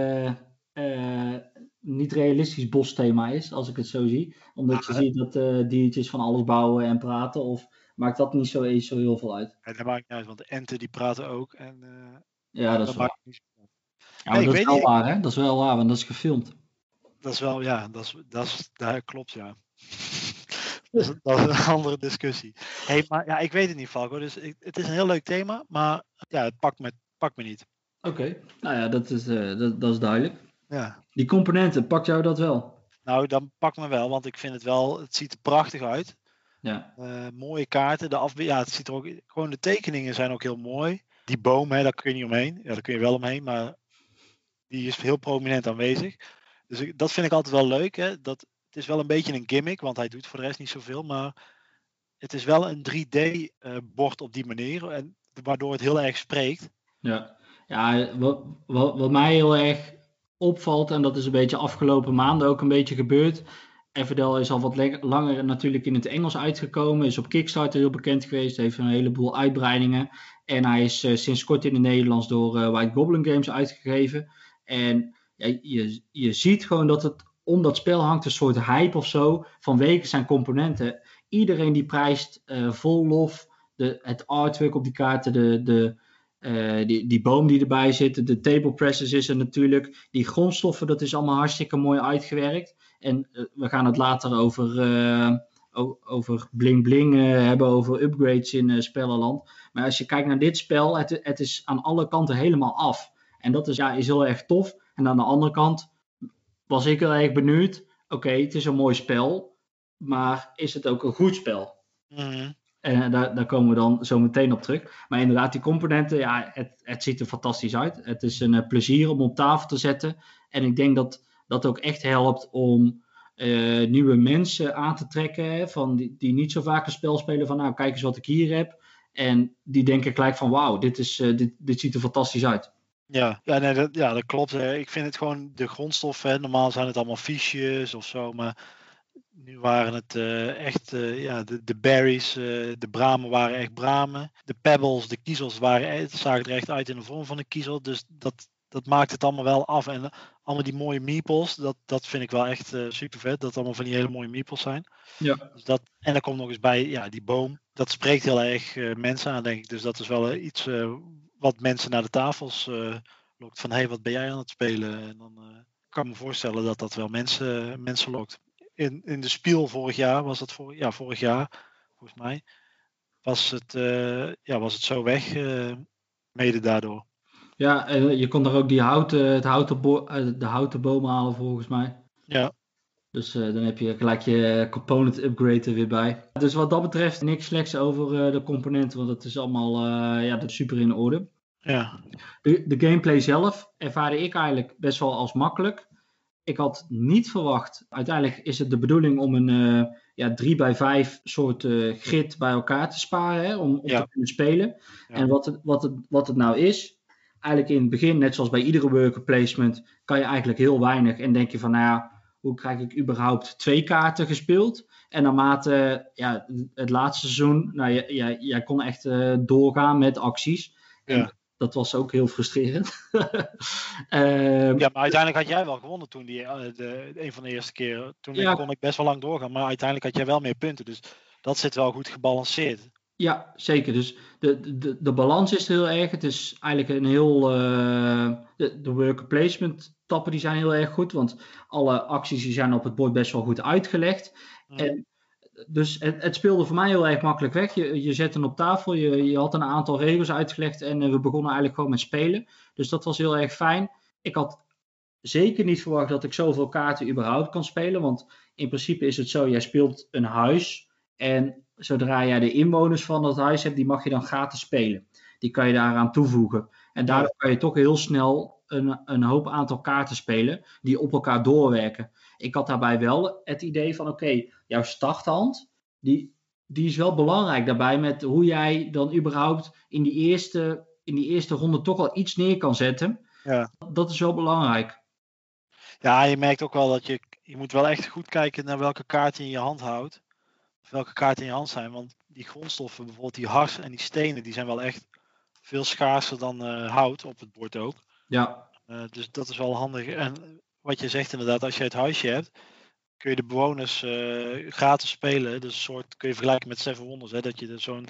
niet realistisch bosthema is, als ik het zo zie? Omdat je ziet dat diertjes van alles bouwen en praten, of maakt dat niet zo heel veel uit? Ja, dat maakt niet uit, want de enten die praten ook. En, ja, dat is waar. maakt niet zo uit. Ja, maar dat is wel waar, hè? Dat is wel waar, want dat is gefilmd. Dat is wel, ja, dat klopt, ja. Dat is een andere discussie. Hey, maar ja, ik weet het niet, Falco. Dus het is een heel leuk thema, maar ja, het pakt me niet. Oké, nou ja, dat is duidelijk. Ja. Die componenten, pakt jou dat wel? Nou, dan pakt me wel, want ik vind het ziet er prachtig uit. Ja. Mooie kaarten, het ziet er ook, gewoon de tekeningen zijn ook heel mooi. Die boom, daar kun je niet omheen. Ja, daar kun je wel omheen, maar die is heel prominent aanwezig. Dus dat vind ik altijd wel leuk. Hè? Het is wel een beetje een gimmick, want hij doet voor de rest niet zoveel. Maar het is wel een 3D-bord op die manier, en waardoor het heel erg spreekt. Ja, wat mij heel erg opvalt, en dat is een beetje afgelopen maanden ook een beetje gebeurd. Everdell is al wat langer natuurlijk in het Engels uitgekomen, is op Kickstarter heel bekend geweest, heeft een heleboel uitbreidingen. En hij is sinds kort in het Nederlands door White Goblin Games uitgegeven. En ja, je ziet gewoon dat het om dat spel hangt een soort hype of zo, vanwege zijn componenten. Iedereen die prijst vol lof, het artwork op die kaarten, die boom die erbij zit, de table presses is er natuurlijk, die grondstoffen, dat is allemaal hartstikke mooi uitgewerkt. En we gaan het later over bling bling hebben, over upgrades in Spellenland. Maar als je kijkt naar dit spel, het is aan alle kanten helemaal af. En dat is heel erg tof. En aan de andere kant was ik heel erg benieuwd. Oké, het is een mooi spel, maar is het ook een goed spel? Mm-hmm. En daar komen we dan zo meteen op terug. Maar inderdaad, die componenten, ja, het ziet er fantastisch uit. Het is een plezier om op tafel te zetten. En ik denk dat dat ook echt helpt om nieuwe mensen aan te trekken. Hè, die niet zo vaak een spel spelen van, nou, kijk eens wat ik hier heb. En die denken gelijk van, wauw, dit ziet er fantastisch uit. Ja, dat klopt. Ik vind het gewoon de grondstoffen. Normaal zijn het allemaal fiches of zo, maar nu waren het echt de berries, de bramen waren echt bramen. De pebbles, de kiezels zagen er echt uit in de vorm van een kiezel. Dus dat maakt het allemaal wel af. En allemaal die mooie meeples, dat vind ik wel echt super vet. Dat het allemaal van die hele mooie meeples zijn. Ja. Dus en daar komt nog eens bij, die boom. Dat spreekt heel erg mensen aan, denk ik. Dus dat is wel iets wat mensen naar de tafels lokt. Van, hey, wat ben jij aan het spelen? En dan kan ik me voorstellen dat dat wel mensen lokt. In de Spiel vorig jaar, vorig jaar, volgens mij, was het zo weg, mede daardoor. Ja, en je kon daar ook de houten bomen halen, volgens mij. Ja. Dus dan heb je gelijk je component upgrade er weer bij. Dus wat dat betreft niks slechts over de componenten, want het is allemaal super in orde. Ja. De gameplay zelf ervaarde ik eigenlijk best wel als makkelijk. Ik had niet verwacht, uiteindelijk is het de bedoeling om een 3x5 soort grid bij elkaar te sparen, hè, om te kunnen spelen. Ja. En wat het nou is, eigenlijk in het begin, net zoals bij iedere worker placement, kan je eigenlijk heel weinig en denk je van, nou ja, hoe krijg ik überhaupt 2 kaarten gespeeld? En naarmate het laatste seizoen, jij kon echt doorgaan met acties. Ja. En dat was ook heel frustrerend. Maar uiteindelijk had jij wel gewonnen toen een van de eerste keren. Toen kon ik best wel lang doorgaan, maar uiteindelijk had jij wel meer punten. Dus dat zit wel goed gebalanceerd. Ja, zeker. Dus de balans is heel erg. Het is eigenlijk een heel... de worker placement tappen die zijn heel erg goed. Want alle acties die zijn op het bord best wel goed uitgelegd. Mm. En dus het speelde voor mij heel erg makkelijk weg. Je zet hem op tafel. Je had een aantal regels uitgelegd. En we begonnen eigenlijk gewoon met spelen. Dus dat was heel erg fijn. Ik had zeker niet verwacht dat ik zoveel kaarten überhaupt kan spelen. Want in principe is het zo. Jij speelt een huis. En zodra jij de inwoners van dat huis hebt, die mag je dan gratis spelen. Die kan je daaraan toevoegen. En daardoor kan je toch heel snel een hoop aantal kaarten spelen die op elkaar doorwerken. Ik had daarbij wel het idee van oké, jouw starthand, die is wel belangrijk daarbij met hoe jij dan überhaupt in die eerste ronde toch al iets neer kan zetten. Ja. Dat is wel belangrijk. Ja, je merkt ook wel dat je moet wel echt goed kijken naar welke kaart je in je hand houdt. Of welke kaarten in je hand zijn. Want die grondstoffen, bijvoorbeeld die hars en die stenen, die zijn wel echt veel schaarser dan hout op het bord ook. Ja, Dus dat is wel handig. En wat je zegt inderdaad, als je het huisje hebt, kun je de bewoners gratis spelen. Dus kun je vergelijken met Seven Wonders. Hè, dat je er zo'n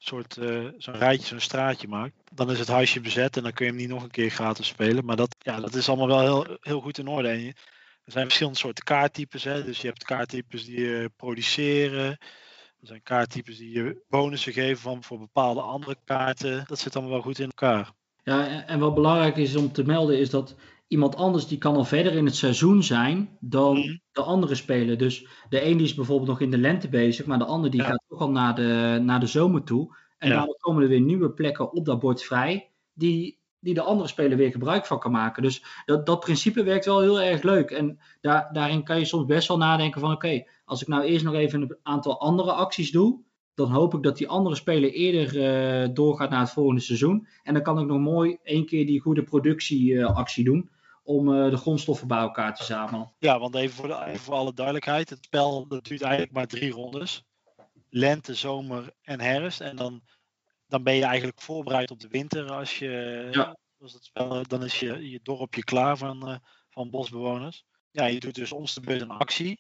rijtje, zo'n straatje maakt. Dan is het huisje bezet en dan kun je hem niet nog een keer gratis spelen. Maar dat is allemaal wel heel, heel goed in orde. En er zijn verschillende soorten kaarttypes. Hè. Dus je hebt kaarttypes die produceren. Er zijn kaarttypes die je bonussen geven voor bepaalde andere kaarten. Dat zit allemaal wel goed in elkaar. Ja, en wat belangrijk is om te melden is dat iemand anders die kan al verder in het seizoen zijn dan de andere speler. Dus de een die is bijvoorbeeld nog in de lente bezig, maar de ander die gaat toch al naar de zomer toe. En daardoor komen er weer nieuwe plekken op dat bord vrij die de andere speler weer gebruik van kan maken. Dus dat principe werkt wel heel erg leuk. En daarin kan je soms best wel nadenken van oké, als ik nou eerst nog even een aantal andere acties doe, dan hoop ik dat die andere speler eerder doorgaat naar het volgende seizoen. En dan kan ik nog mooi 1 keer die goede productieactie doen om de grondstoffen bij elkaar te zamelen. Ja, want even voor alle duidelijkheid. Het spel dat duurt eigenlijk maar 3 rondes. Lente, zomer en herfst. En dan ben je eigenlijk voorbereid op de winter als het spel, dan is je dorpje klaar van bosbewoners. Ja, je doet dus om de beurt een actie.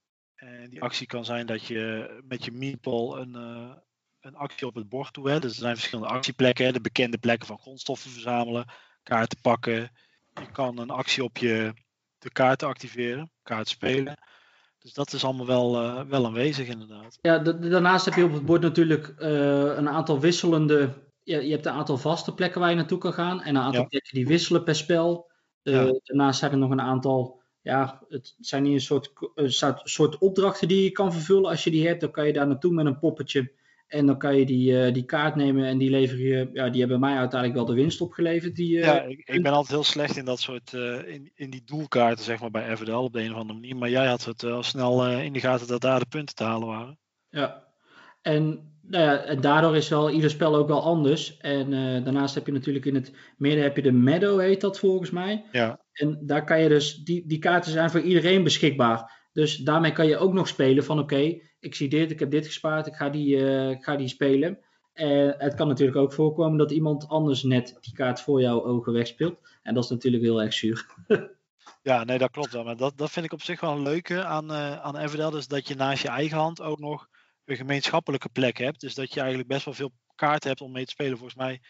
En die actie kan zijn dat je met je meeple een actie op het bord toe hebt. Dus er zijn verschillende actieplekken. De bekende plekken van grondstoffen verzamelen, kaarten pakken. Je kan een actie op de kaarten activeren, kaart spelen. Dus dat is allemaal wel aanwezig inderdaad. Ja, daarnaast heb je op het bord natuurlijk een aantal wisselende. Je hebt een aantal vaste plekken waar je naartoe kan gaan. En een aantal plekken die wisselen per spel. Daarnaast zijn er nog een aantal. Ja, het zijn hier een soort opdrachten die je kan vervullen. Als je die hebt, dan kan je daar naartoe met een poppetje. En dan kan je die kaart nemen en die leveren je. Ja, die hebben mij uiteindelijk wel de winst opgeleverd. Ik ben altijd heel slecht in dat soort. In die doelkaarten, zeg maar, bij Everdell op de een of andere manier. Maar jij had het al snel in de gaten dat daar de punten te halen waren. Ja, en daardoor is wel ieder spel ook wel anders. En daarnaast heb je natuurlijk in het midden heb je de Meadow, heet dat volgens mij. Ja. En daar kan je dus, die kaarten zijn voor iedereen beschikbaar. Dus daarmee kan je ook nog spelen van oké, ik zie dit, ik heb dit gespaard, ik ga die spelen. Het kan natuurlijk ook voorkomen dat iemand anders net die kaart voor jouw ogen wegspeelt. En dat is natuurlijk heel erg zuur. Ja, nee, dat klopt wel. Maar dat vind ik op zich wel een leuke aan Everdell. Dus dat je naast je eigen hand ook nog een gemeenschappelijke plek hebt. Dus dat je eigenlijk best wel veel kaarten hebt om mee te spelen. Volgens mij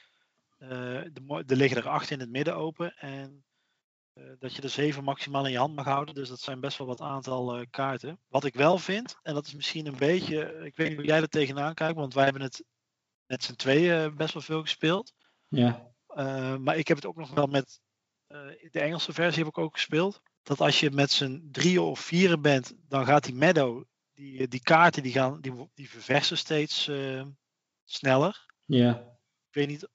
er liggen er 8 in het midden open. En dat je er 7 maximaal in je hand mag houden. Dus dat zijn best wel wat aantal kaarten. Wat ik wel vind, en dat is misschien een beetje. Ik weet niet hoe jij er tegenaan kijkt. Want wij hebben het met z'n tweeën best wel veel gespeeld. Ja. Maar ik heb het ook nog wel met de Engelse versie heb ik ook gespeeld. Dat als je met z'n 3 of 4 bent, dan gaat die Meadow, die kaarten die verversen steeds sneller. Ja. Ik weet niet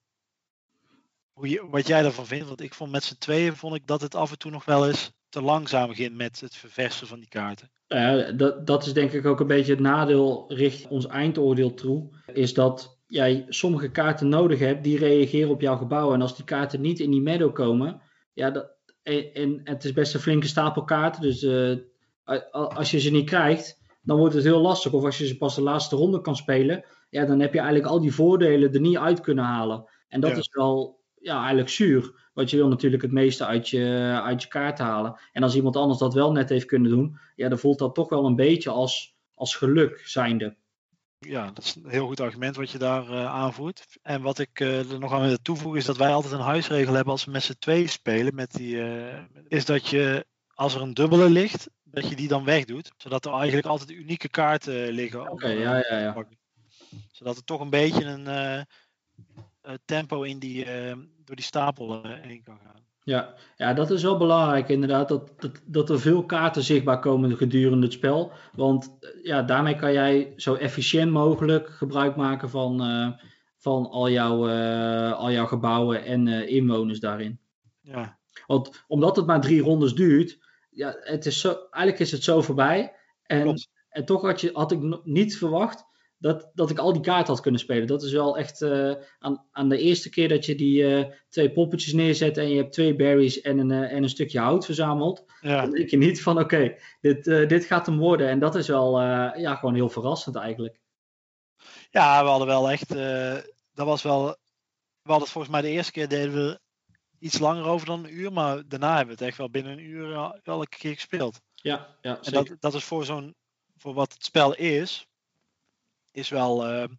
wat jij daarvan vindt, want ik vond met z'n tweeën vond ik dat het af en toe nog wel eens te langzaam ging met het verversen van die kaarten. Dat is denk ik ook een beetje het nadeel richting ons eindoordeel toe. Is dat jij sommige kaarten nodig hebt die reageren op jouw gebouw. En als die kaarten niet in die meadow komen. Ja, en het is best een flinke stapel kaarten. Dus als je ze niet krijgt, dan wordt het heel lastig. Of als je ze pas de laatste ronde kan spelen. Ja, dan heb je eigenlijk al die voordelen er niet uit kunnen halen. En dat is wel eigenlijk zuur. Want je wil natuurlijk het meeste uit je kaart halen. En als iemand anders dat wel net heeft kunnen doen, ja, dan voelt dat toch wel een beetje als geluk zijnde. Ja, dat is een heel goed argument wat je daar aanvoert. En wat ik er nog aan wil toevoegen is dat wij altijd een huisregel hebben als we met z'n tweeën spelen. Is dat je, als er een dubbele ligt, dat je die dan wegdoet. Zodat er eigenlijk altijd unieke kaarten liggen. Oké, ja. Zodat er toch een beetje een tempo door die stapel heen kan gaan. Ja, dat is wel belangrijk inderdaad, dat er veel kaarten zichtbaar komen gedurende het spel. Want daarmee kan jij zo efficiënt mogelijk gebruik maken van al jouw gebouwen en inwoners daarin. Ja. Want omdat het maar 3 rondes duurt, eigenlijk is het zo voorbij. En toch had ik niet verwacht dat ik al die kaarten had kunnen spelen. Dat is wel echt aan de eerste keer dat je die 2 poppetjes neerzet en je hebt 2 berries en een stukje hout verzameld. Ja. Dan denk je niet van oké, dit gaat hem worden. En dat is wel gewoon heel verrassend eigenlijk. Ja, we hadden wel echt, dat was wel, we hadden het volgens mij de eerste keer deden we iets langer over dan een uur, maar daarna hebben we het echt wel binnen een uur wel een keer gespeeld. Ja, En zeker. dat is voor wat het spel is wel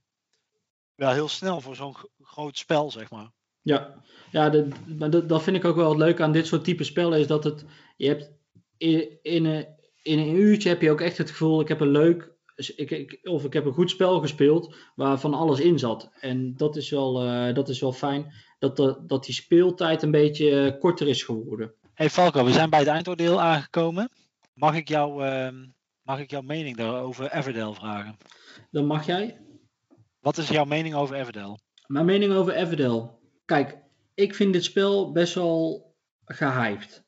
heel snel voor zo'n groot spel, zeg maar. Ja, dat vind ik ook wel het leuke aan dit soort type spellen, is dat je hebt in een uurtje heb je ook echt het gevoel, ik heb een leuk, ik heb een goed spel gespeeld waar van alles in zat. En dat is wel fijn, dat die speeltijd een beetje korter is geworden. Hey Falco, we zijn bij het eindoordeel aangekomen. Mag ik jouw mening daarover Everdell vragen? Dan mag jij. Wat is jouw mening over Everdell? Mijn mening over Everdell. Kijk, ik vind dit spel best wel gehyped.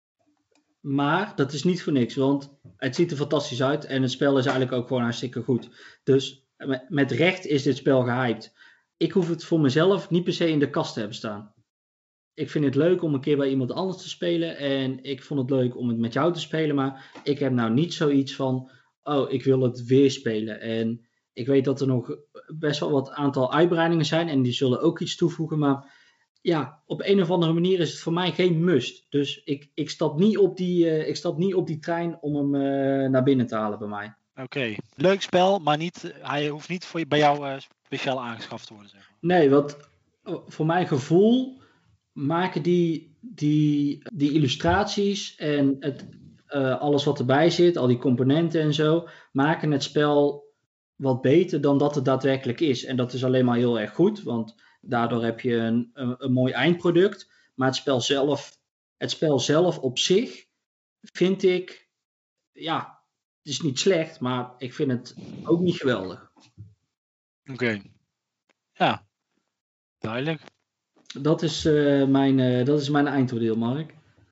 Maar dat is niet voor niks, want het ziet er fantastisch uit en het spel is eigenlijk ook gewoon hartstikke goed. Dus met recht is dit spel gehyped. Ik hoef het voor mezelf niet per se in de kast te hebben staan. Ik vind het leuk om een keer bij iemand anders te spelen en ik vond het leuk om het met jou te spelen, maar ik heb nou niet zoiets van, oh, ik wil het weer spelen. En ik weet dat er nog best wel wat aantal uitbreidingen zijn en die zullen ook iets toevoegen, maar ja, op een of andere manier is het voor mij geen must. Dus ik stap niet op die trein om hem naar binnen te halen bij mij. Oké. Leuk spel, maar hij hoeft niet bij jou speciaal aangeschaft te worden. Zeg maar. Nee, want voor mijn gevoel maken die illustraties en alles wat erbij zit, al die componenten en zo, maken het spel wat beter dan dat het daadwerkelijk is. En dat is alleen maar heel erg goed, want daardoor heb je een mooi eindproduct. Maar het spel zelf op zich vind ik, ja, het is niet slecht, maar ik vind het ook niet geweldig. Oké. Ja, duidelijk. Dat is mijn eindoordeel, Mark.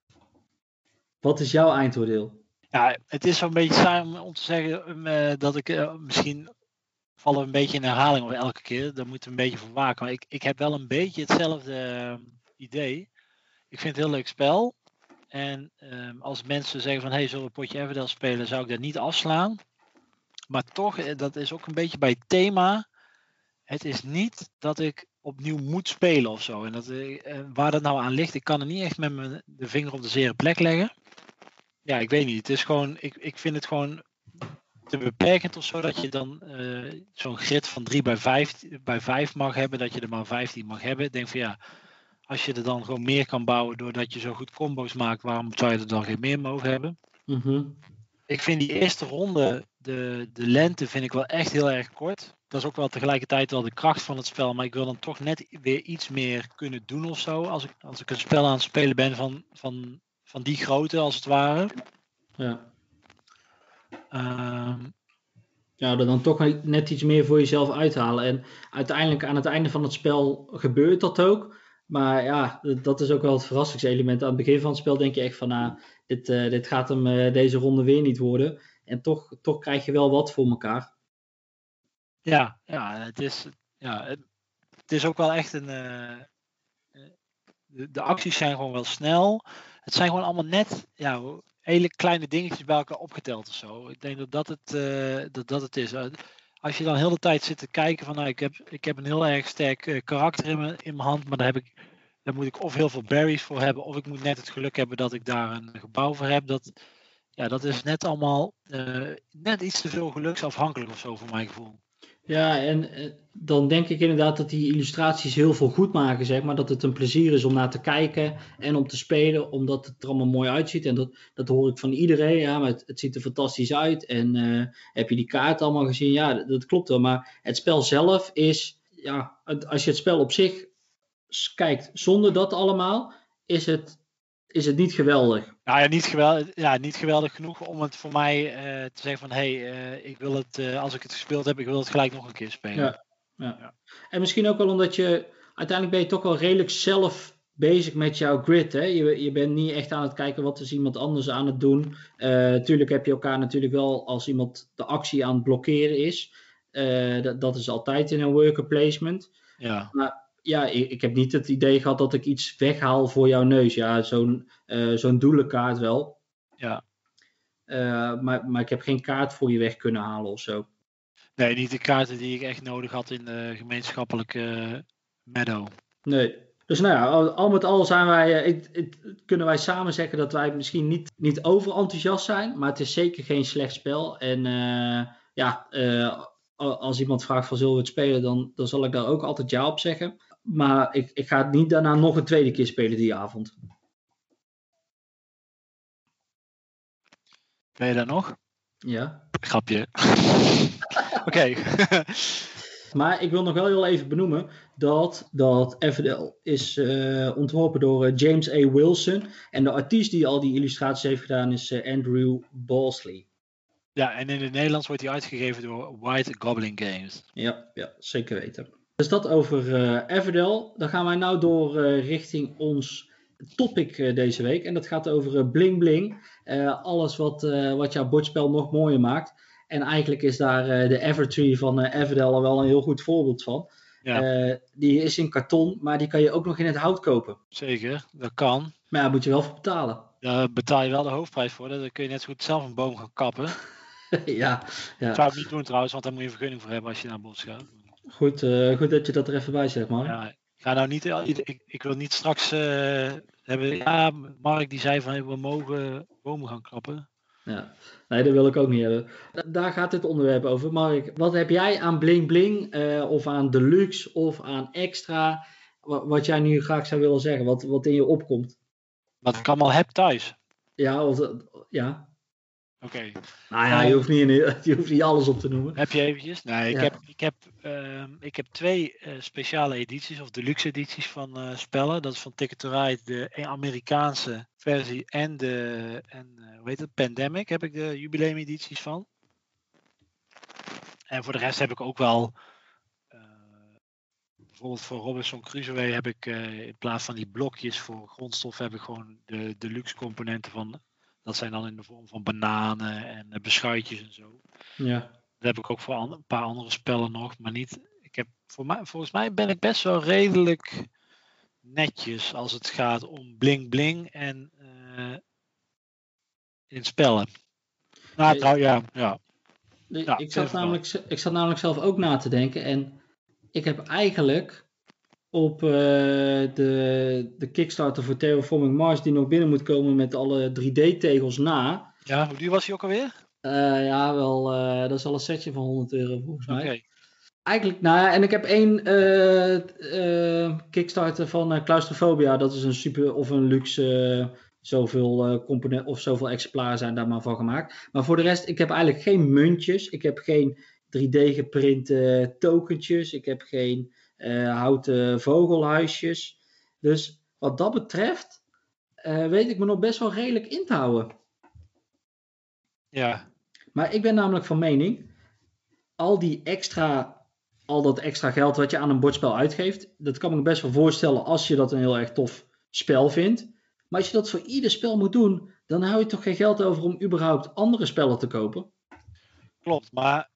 Wat is jouw eindoordeel? Ja, het is zo'n beetje saai om te zeggen dat ik misschien vallen we een beetje in herhaling over elke keer. Daar moeten we een beetje voor waken. Maar ik heb wel een beetje hetzelfde idee. Ik vind het een heel leuk spel. En als mensen zeggen van hey, zullen we een potje Everdell spelen, zou ik dat niet afslaan. Maar toch, dat is ook een beetje bij het thema. Het is niet dat ik opnieuw moet spelen of zo. En waar dat nou aan ligt, ik kan er niet echt met de vinger op de zere plek leggen. Ja, ik weet niet. Het is gewoon, ik vind het gewoon te beperkend of zo, dat je dan zo'n grid van 3x5 mag hebben, dat je er maar 15 mag hebben. Ik denk van ja, als je er dan gewoon meer kan bouwen doordat je zo goed combo's maakt, waarom zou je er dan geen meer mogen hebben? Mm-hmm. Ik vind die eerste ronde, de lengte vind ik wel echt heel erg kort. Dat is ook wel tegelijkertijd wel de kracht van het spel, maar ik wil dan toch net weer iets meer kunnen doen of zo, als ik een spel aan het spelen ben van die grootte als het ware. Ja. Ja, dan toch net iets meer voor jezelf uithalen. En uiteindelijk aan het einde van het spel gebeurt dat ook. Maar ja, dat is ook wel het verrassingselement. Aan het begin van het spel denk je echt van, dit gaat hem deze ronde weer niet worden. En toch krijg je wel wat voor elkaar. Ja, het is ook wel echt de acties zijn gewoon wel snel. Het zijn gewoon allemaal net hele kleine dingetjes bij elkaar opgeteld of zo. Ik denk dat het is. Als je dan heel de tijd zit te kijken van ik heb een heel erg sterk karakter in mijn hand, maar daar moet ik of heel veel berries voor hebben, of ik moet net het geluk hebben dat ik daar een gebouw voor heb. Dat is net allemaal net iets te veel geluksafhankelijk of zo voor mijn gevoel. Ja, en dan denk ik inderdaad dat die illustraties heel veel goed maken, zeg maar. Dat het een plezier is om naar te kijken en om te spelen, omdat het er allemaal mooi uitziet. En dat hoor ik van iedereen, ja, maar het ziet er fantastisch uit. En heb je die kaart allemaal gezien? Ja, dat klopt wel. Maar het spel zelf is, ja, als je het spel op zich kijkt zonder dat allemaal, is het niet geweldig. Niet geweldig genoeg om het voor mij te zeggen van ik wil het, als ik het gespeeld heb, ik wil het gelijk nog een keer spelen. Ja. En misschien ook wel omdat uiteindelijk ben je toch wel redelijk zelf bezig met jouw grid. Hè? Je bent niet echt aan het kijken wat is iemand anders aan het doen. Tuurlijk heb je elkaar natuurlijk wel als iemand de actie aan het blokkeren is. Dat is altijd in een worker placement. Ja. Maar ja, ik heb niet het idee gehad dat ik iets weghaal voor jouw neus. Ja, zo'n doelenkaart wel. Ja. Maar ik heb geen kaart voor je weg kunnen halen of zo. Nee, niet de kaarten die ik echt nodig had in de gemeenschappelijke Meadow. Nee. Dus nou ja, al met al zijn kunnen wij samen zeggen dat wij misschien niet overenthousiast zijn. Maar het is zeker geen slecht spel. En als iemand vraagt van zullen we het spelen, dan zal ik daar ook altijd ja op zeggen. Maar ik ga het niet daarna nog een tweede keer spelen die avond. Ben je daar nog? Ja. Grapje. Oké. Maar ik wil nog wel heel even benoemen dat Everdell is ontworpen door James A. Wilson. En de artiest die al die illustraties heeft gedaan is Andrew Balsley. Ja, en in het Nederlands wordt hij uitgegeven door White Goblin Games. Ja, zeker weten. Dus dat over Everdell. Dan gaan wij nou door richting ons topic deze week. En dat gaat over Bling Bling. Alles wat jouw bordspel nog mooier maakt. En eigenlijk is daar de Evertree van Everdell al wel een heel goed voorbeeld van. Ja. Die is in karton, maar die kan je ook nog in het hout kopen. Zeker, dat kan. Maar daar moet je wel voor betalen. Daar betaal je wel de hoofdprijs voor. Dan kun je net zo goed zelf een boom gaan kappen. Ja. Dat zou ik niet doen trouwens, want daar moet je een vergunning voor hebben als je naar het bos gaat. Goed dat je dat er even bij zegt, Mark. Ja, ga nou niet, ik wil niet straks hebben. Ja, Mark die zei van we mogen bomen gaan kappen. Ja, nee, dat wil ik ook niet hebben. Daar gaat dit onderwerp over. Mark, wat heb jij aan Bling Bling of aan Deluxe of aan Extra, wat jij nu graag zou willen zeggen, wat in je opkomt? Wat ik allemaal heb thuis. Ja, ja. Oké. Nou ja, je hoeft niet alles op te noemen. Heb je eventjes? Nee, Ja. ik heb 2 speciale edities of deluxe edities van spellen. Dat is van Ticket to Ride, de Amerikaanse versie en hoe heet het, Pandemic heb ik de jubileum edities van. En voor de rest heb ik ook wel, bijvoorbeeld voor Robinson Crusoe heb ik in plaats van die blokjes voor grondstof heb ik gewoon de deluxe componenten van. Dat zijn dan in de vorm van bananen en beschuitjes en zo. Ja. Dat heb ik ook voor een paar andere spellen nog, maar niet. Volgens mij ben ik best wel redelijk netjes als het gaat om bling bling en in spellen. Nou, ja. Ik zat namelijk zelf ook na te denken en ik heb eigenlijk op de Kickstarter voor Terraforming Mars die nog binnen moet komen met alle 3D-tegels na. Ja, hoe duur was die ook alweer? Ja, wel, dat is al een setje van €100 volgens mij. Okay. Eigenlijk, nou ja, en ik heb 1 Kickstarter van Claustrophobia. Dat is een super of een luxe, zoveel componenten of zoveel exemplaren zijn daar maar van gemaakt. Maar voor de rest, ik heb eigenlijk geen muntjes. Ik heb geen 3D geprinte tokentjes. Ik heb geen houten vogelhuisjes. Dus wat dat betreft weet ik me nog best wel redelijk in te houden. Ja. Maar ik ben namelijk van mening, al dat extra geld wat je aan een bordspel uitgeeft, dat kan ik me best wel voorstellen als je dat een heel erg tof spel vindt. Maar als je dat voor ieder spel moet doen, dan hou je toch geen geld over om überhaupt andere spellen te kopen? Klopt, maar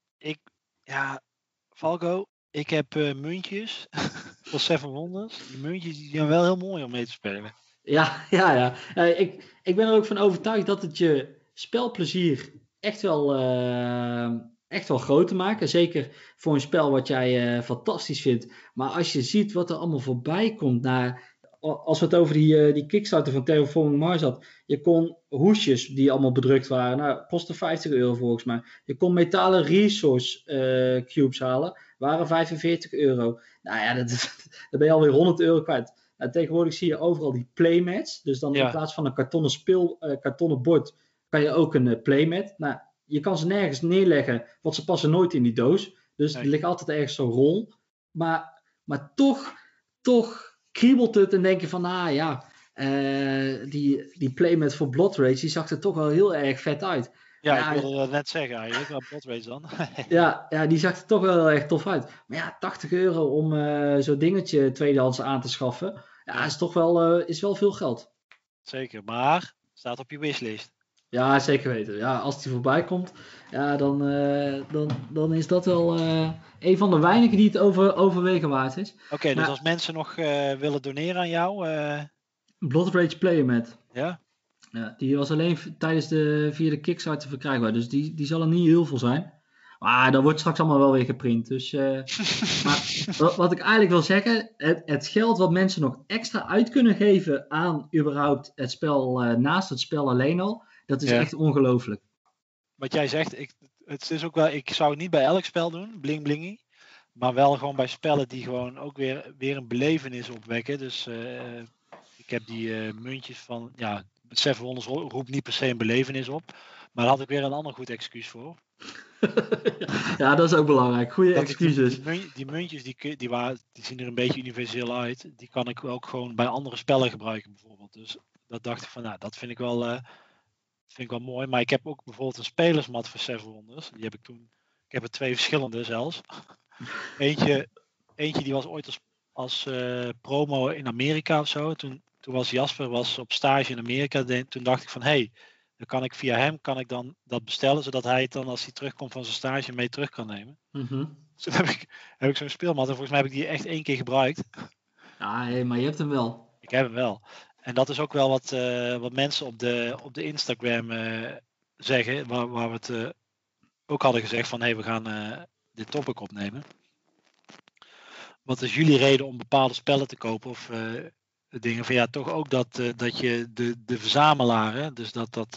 Falco, ik heb muntjes voor 700. Die muntjes die zijn wel heel mooi om mee te spelen. Ja. Ik ben er ook van overtuigd dat het je spelplezier echt wel groter maakt. En zeker voor een spel wat jij fantastisch vindt. Maar als je ziet wat er allemaal voorbij komt als we het over die Kickstarter van Terraforming Mars had. Je kon hoesjes die allemaal bedrukt waren. Nou, kostte €50 volgens mij. Je kon metalen resource cubes halen. Waren €45. Nou ja, dan ben je alweer €100 kwijt. Nou, tegenwoordig zie je overal die playmats. Dus dan in plaats van een kartonnen bord kan je ook een playmat. Nou, je kan ze nergens neerleggen, want ze passen nooit in die doos. Dus er ligt altijd ergens zo'n rol. Maar toch kriebelt het en denk je van, die playmat voor Blood Rage, die zag er toch wel heel erg vet uit. Ja, ik wilde dat net zeggen eigenlijk. Wat Blood Rage dan? ja, die zag er toch wel heel erg tof uit. Maar ja, €80 om zo'n dingetje tweedehands aan te schaffen, is toch wel veel geld. Zeker, maar staat op je wishlist. Ja, zeker weten. Ja, als die voorbij komt, ja, dan is dat wel een van de weinigen die het overwegen waard is. Oké, dus Maar als mensen nog willen doneren aan jou, Blood Rage Player Mat. ja? Ja, die was alleen via de Kickstarter verkrijgbaar. Dus die zal er niet heel veel zijn. Maar dat wordt straks allemaal wel weer geprint. Dus, maar wat ik eigenlijk wil zeggen. Het geld wat mensen nog extra uit kunnen geven aan überhaupt het spel. Naast het spel alleen al. Dat is Ja. echt ongelooflijk. Wat jij zegt, het is ook wel, ik zou het niet bij elk spel doen, bling blingy. Maar wel gewoon bij spellen die gewoon ook weer een belevenis opwekken. Dus ik heb die muntjes van, ja, Seven Wonders roept niet per se een belevenis op. Maar daar had ik weer een ander goed excuus voor. Ja, dat is ook belangrijk. Goede Dat excuses. Die muntjes die zien er een beetje universeel uit. Die kan ik ook gewoon bij andere spellen gebruiken bijvoorbeeld. Dus dat dacht ik van, nou, dat vind ik wel mooi. Maar ik heb ook bijvoorbeeld een spelersmat voor Seven Wonders. Die heb ik toen. Ik heb er 2 verschillende zelfs. Eentje die was ooit als promo in Amerika of zo. Toen was Jasper op stage in Amerika. Toen dacht ik van, hey, dan kan ik via hem dan dat bestellen, zodat hij het dan als hij terugkomt van zijn stage mee terug kan nemen. Dus toen heb ik zo'n speelmat en volgens mij heb ik die echt 1 keer gebruikt. Ja, hey, maar je hebt hem wel. Ik heb hem wel. En dat is ook wel wat mensen op de Instagram zeggen, waar we het ook hadden gezegd van, hey, we gaan dit topic opnemen. Wat is jullie reden om bepaalde spellen te kopen of dingen van, ja, toch ook dat je de verzamelaren, dus dat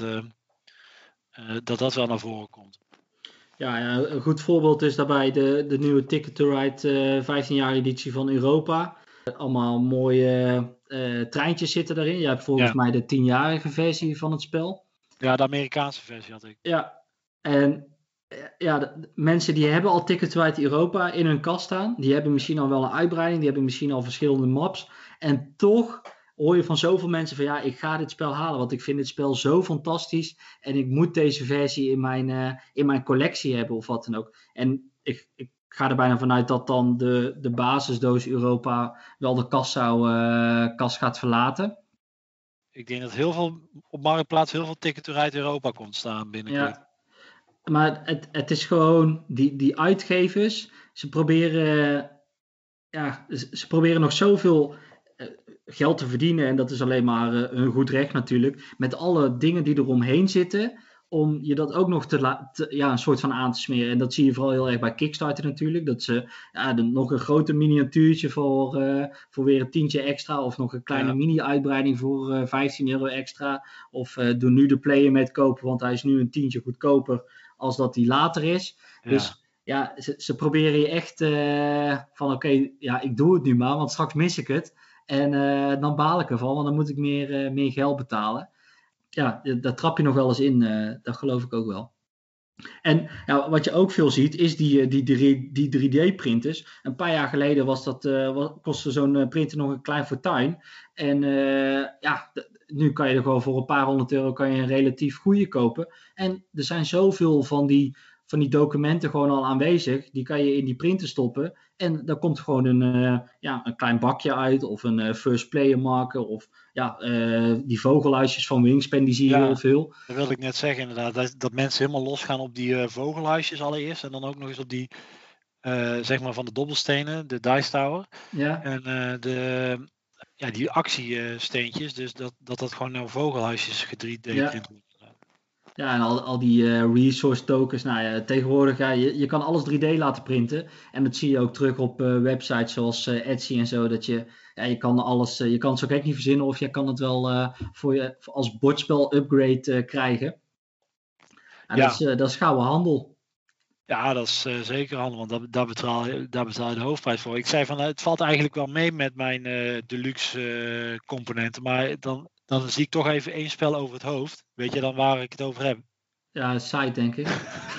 wel naar voren komt. Ja, een goed voorbeeld is daarbij de nieuwe Ticket to Ride 15 jaar editie van Europa. Allemaal mooie treintjes zitten daarin. Je hebt volgens mij de 10-jarige versie van het spel. Ja, de Amerikaanse versie had ik. Ja, en de mensen die hebben al Ticket to Ride Europa in hun kast staan. Die hebben misschien al wel een uitbreiding. Die hebben misschien al verschillende maps. En toch hoor je van zoveel mensen van, ja, ik ga dit spel halen. Want ik vind dit spel zo fantastisch. En ik moet deze versie in mijn collectie hebben of wat dan ook. En ik ga er bijna vanuit dat dan de basisdoos Europa wel de kast gaat verlaten. Ik denk dat op Marktplaats heel veel Ticket to Ride Europa komt staan binnenkort. Ja. Maar het is gewoon, die uitgevers, ze proberen nog zoveel geld te verdienen. En dat is alleen maar een goed recht natuurlijk. Met alle dingen die eromheen zitten. Om je dat ook nog een soort van aan te smeren. En dat zie je vooral heel erg bij Kickstarter natuurlijk. Dat ze nog een groter miniatuurtje voor weer een tientje extra. Of nog een kleine mini-uitbreiding voor €15 extra. Of doe nu de player met kopen, want hij is nu een tientje goedkoper als dat die later is. Ja. Dus ja, ze proberen je echt van oké, ik doe het nu maar, want straks mis ik het. En dan baal ik ervan, want dan moet ik meer geld betalen. Ja, daar trap je nog wel eens in. Dat geloof ik ook wel. En wat je ook veel ziet, is die 3D-printers. Een paar jaar geleden kostte zo'n printer nog een klein fortuin. En nu kan je er gewoon voor een paar €100 kan je een relatief goede kopen. En er zijn zoveel van die documenten gewoon al aanwezig. Die kan je in die printer stoppen. En daar komt gewoon een klein bakje uit. Of een first player marker. Of die vogelhuisjes van Wingspan, die zie je heel veel. Dat wilde ik net zeggen inderdaad. Dat mensen helemaal losgaan op die vogelhuisjes allereerst. En dan ook nog eens op die, zeg maar van de dobbelstenen. De Dice Tower. Ja. En die actiesteentjes. Dus dat gewoon naar vogelhuisjes 3D-print wordt. Ja, en al die resource tokens. Nou ja, tegenwoordig, je kan alles 3D laten printen. En dat zie je ook terug op websites zoals Etsy en zo. Dat je kan alles, je kan het zo gek niet verzinnen. Of je kan het wel voor je als bordspel upgrade krijgen. Dat is gouden handel. Ja, dat is zeker handel, want daar betaal je de hoofdprijs voor. Ik zei van, het valt eigenlijk wel mee met mijn deluxe componenten. Maar dan zie ik toch even 1 spel over het hoofd. Weet je dan waar ik het over heb? Ja, site denk ik.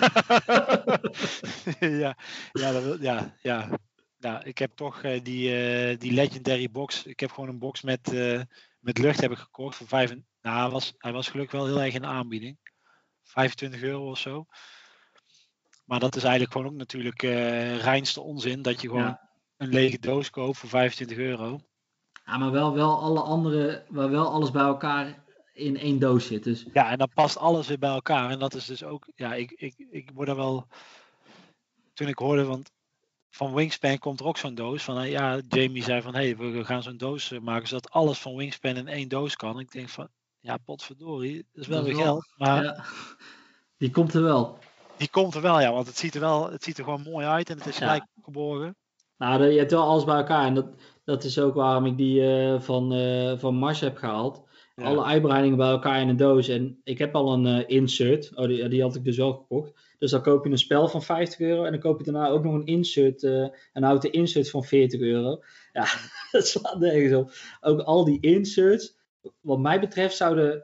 Ja, ik heb toch die Legendary box. Ik heb gewoon een box met lucht heb ik gekocht voor 5. Nou, hij was gelukkig wel heel erg in de aanbieding. €25 of zo. Maar dat is eigenlijk gewoon ook natuurlijk reinste onzin. Dat je gewoon een lege doos koopt voor €25. Ja, maar wel alle andere, maar wel alles bij elkaar in één doos zit. Dus Ja, en dan past alles weer bij elkaar. En dat is dus ook, ja, ik word er wel, toen ik hoorde, want van Wingspan komt er ook zo'n doos. Van, ja, Jamie zei van, hey, we gaan zo'n doos maken, zodat alles van Wingspan in één doos kan. Ik denk van, ja, potverdorie, dat is wel dat is weer geld. Maar ja, die komt er wel. die komt er wel, ja, want het ziet er gewoon mooi uit en het is gelijk geborgen. Nou, je hebt wel alles bij elkaar. En dat is ook waarom ik die van Mars heb gehaald. Ja. Alle uitbreidingen bij elkaar in een doos. En ik heb al een insert. Oh, die had ik dus wel gekocht. Dus dan koop je een spel van €50. En dan koop je daarna ook nog een insert. Een houten insert van €40. Ja, dat slaat nergens op. Ook al die inserts. Wat mij betreft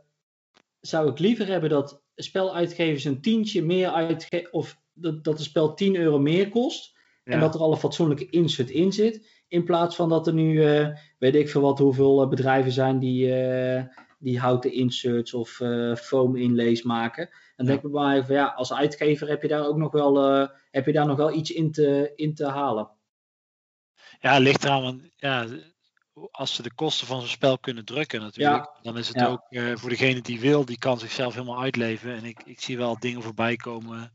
zou ik liever hebben dat speluitgevers een tientje meer uitgeven. Of dat een spel €10 meer kost. Ja. En dat er al een fatsoenlijke insert in zit. In plaats van dat er nu, weet ik veel hoeveel bedrijven zijn die houten inserts of foam inlays maken. En dan denk ik bij mij van ja, als uitgever heb je daar ook nog wel, iets in te halen. Ja, het ligt eraan, want ja, als ze de kosten van zo'n spel kunnen drukken natuurlijk, dan is het ook voor degene die wil, die kan zichzelf helemaal uitleven. En ik zie wel dingen voorbij komen.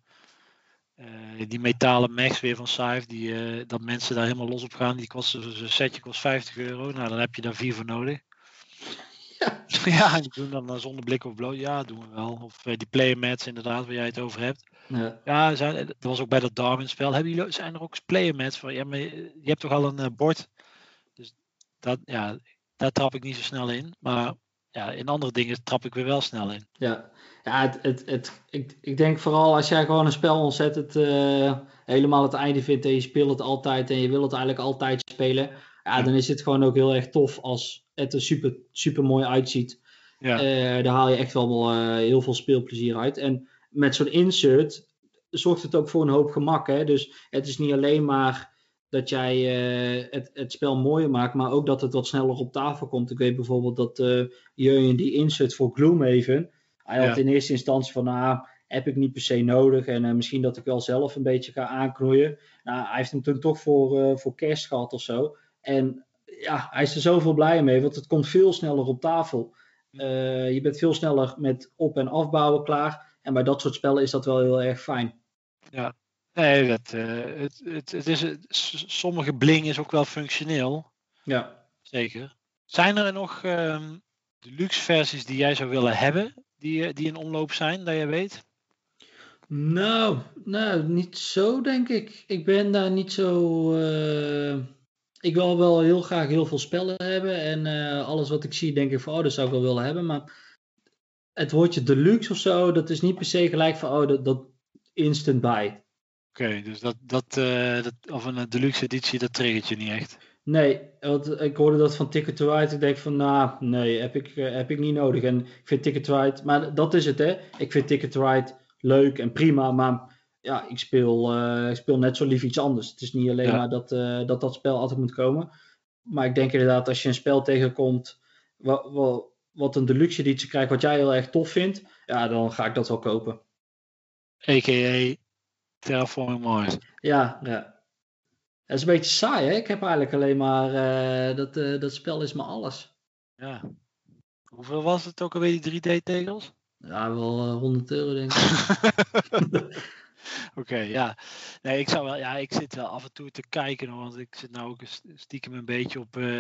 Die metalen max weer van Scythe, dat mensen daar helemaal los op gaan. Zo'n setje kost €50. Nou, dan heb je daar 4 voor nodig. Ja. Ja, die doen dan zonder blik of bloot. Ja, doen we wel. Of die player mats inderdaad, waar jij het over hebt. Ja, dat was ook bij dat Darwin spel. Zijn er ook player mats voor? Ja, maar je hebt toch al een bord. Dus daar trap ik niet zo snel in. Maar ja, in andere dingen trap ik weer wel snel in. Ja, ik denk vooral als jij gewoon een spel ontzettend helemaal het einde vindt en je speelt het altijd en je wil het eigenlijk altijd spelen. Ja, dan is het gewoon ook heel erg tof als het er super, super mooi uitziet. Ja. Daar haal je echt wel heel veel speelplezier uit. En met zo'n insert zorgt het ook voor een hoop gemak. Hè? Dus het is niet alleen maar dat jij het spel mooier maakt, maar ook dat het wat sneller op tafel komt. Ik weet bijvoorbeeld dat Jurjen die insert voor Gloomhaven, hij had in eerste instantie van, heb ik niet per se nodig en misschien dat ik wel zelf een beetje ga aanknoeien. Nou, hij heeft hem toen toch voor kerst gehad of zo. En ja, hij is er zoveel blij mee, want het komt veel sneller op tafel. Je bent veel sneller met op- en afbouwen klaar. En bij dat soort spellen is dat wel heel erg fijn. Ja, nee, het is, sommige bling is ook wel functioneel. Ja. Zeker. Zijn er nog deluxe versies die jij zou willen hebben, die in omloop zijn, dat je weet? Nou, niet zo denk ik. Ik ben daar niet zo... ik wil wel heel graag heel veel spellen hebben. En alles wat ik zie denk ik van, dat zou ik wel willen hebben. Maar het woordje deluxe of zo, dat is niet per se gelijk van, dat instant buy. Oké, dus of een deluxe editie, dat triggert je niet echt. Nee, want ik hoorde dat van Ticket to Ride. Ik denk van, nee, heb ik niet nodig. En ik vind Ticket to Ride, maar dat is het hè. Ik vind Ticket to Ride leuk en prima, maar ja, ik speel net zo lief iets anders. Het is niet alleen maar dat spel altijd moet komen. Maar ik denk inderdaad, als je een spel tegenkomt wat een deluxe editie krijgt, wat jij heel erg tof vindt, ja, dan ga ik dat wel kopen. A.k.a. Terraforming Mars. Ja. Dat is een beetje saai, hè? Ik heb eigenlijk alleen maar... dat spel is maar alles. Ja. Hoeveel was het ook alweer, die 3D-tegels? Ja, wel €100 denk ik. Oké, ja. Nee, ik zit wel af en toe te kijken, want ik zit nou ook stiekem een beetje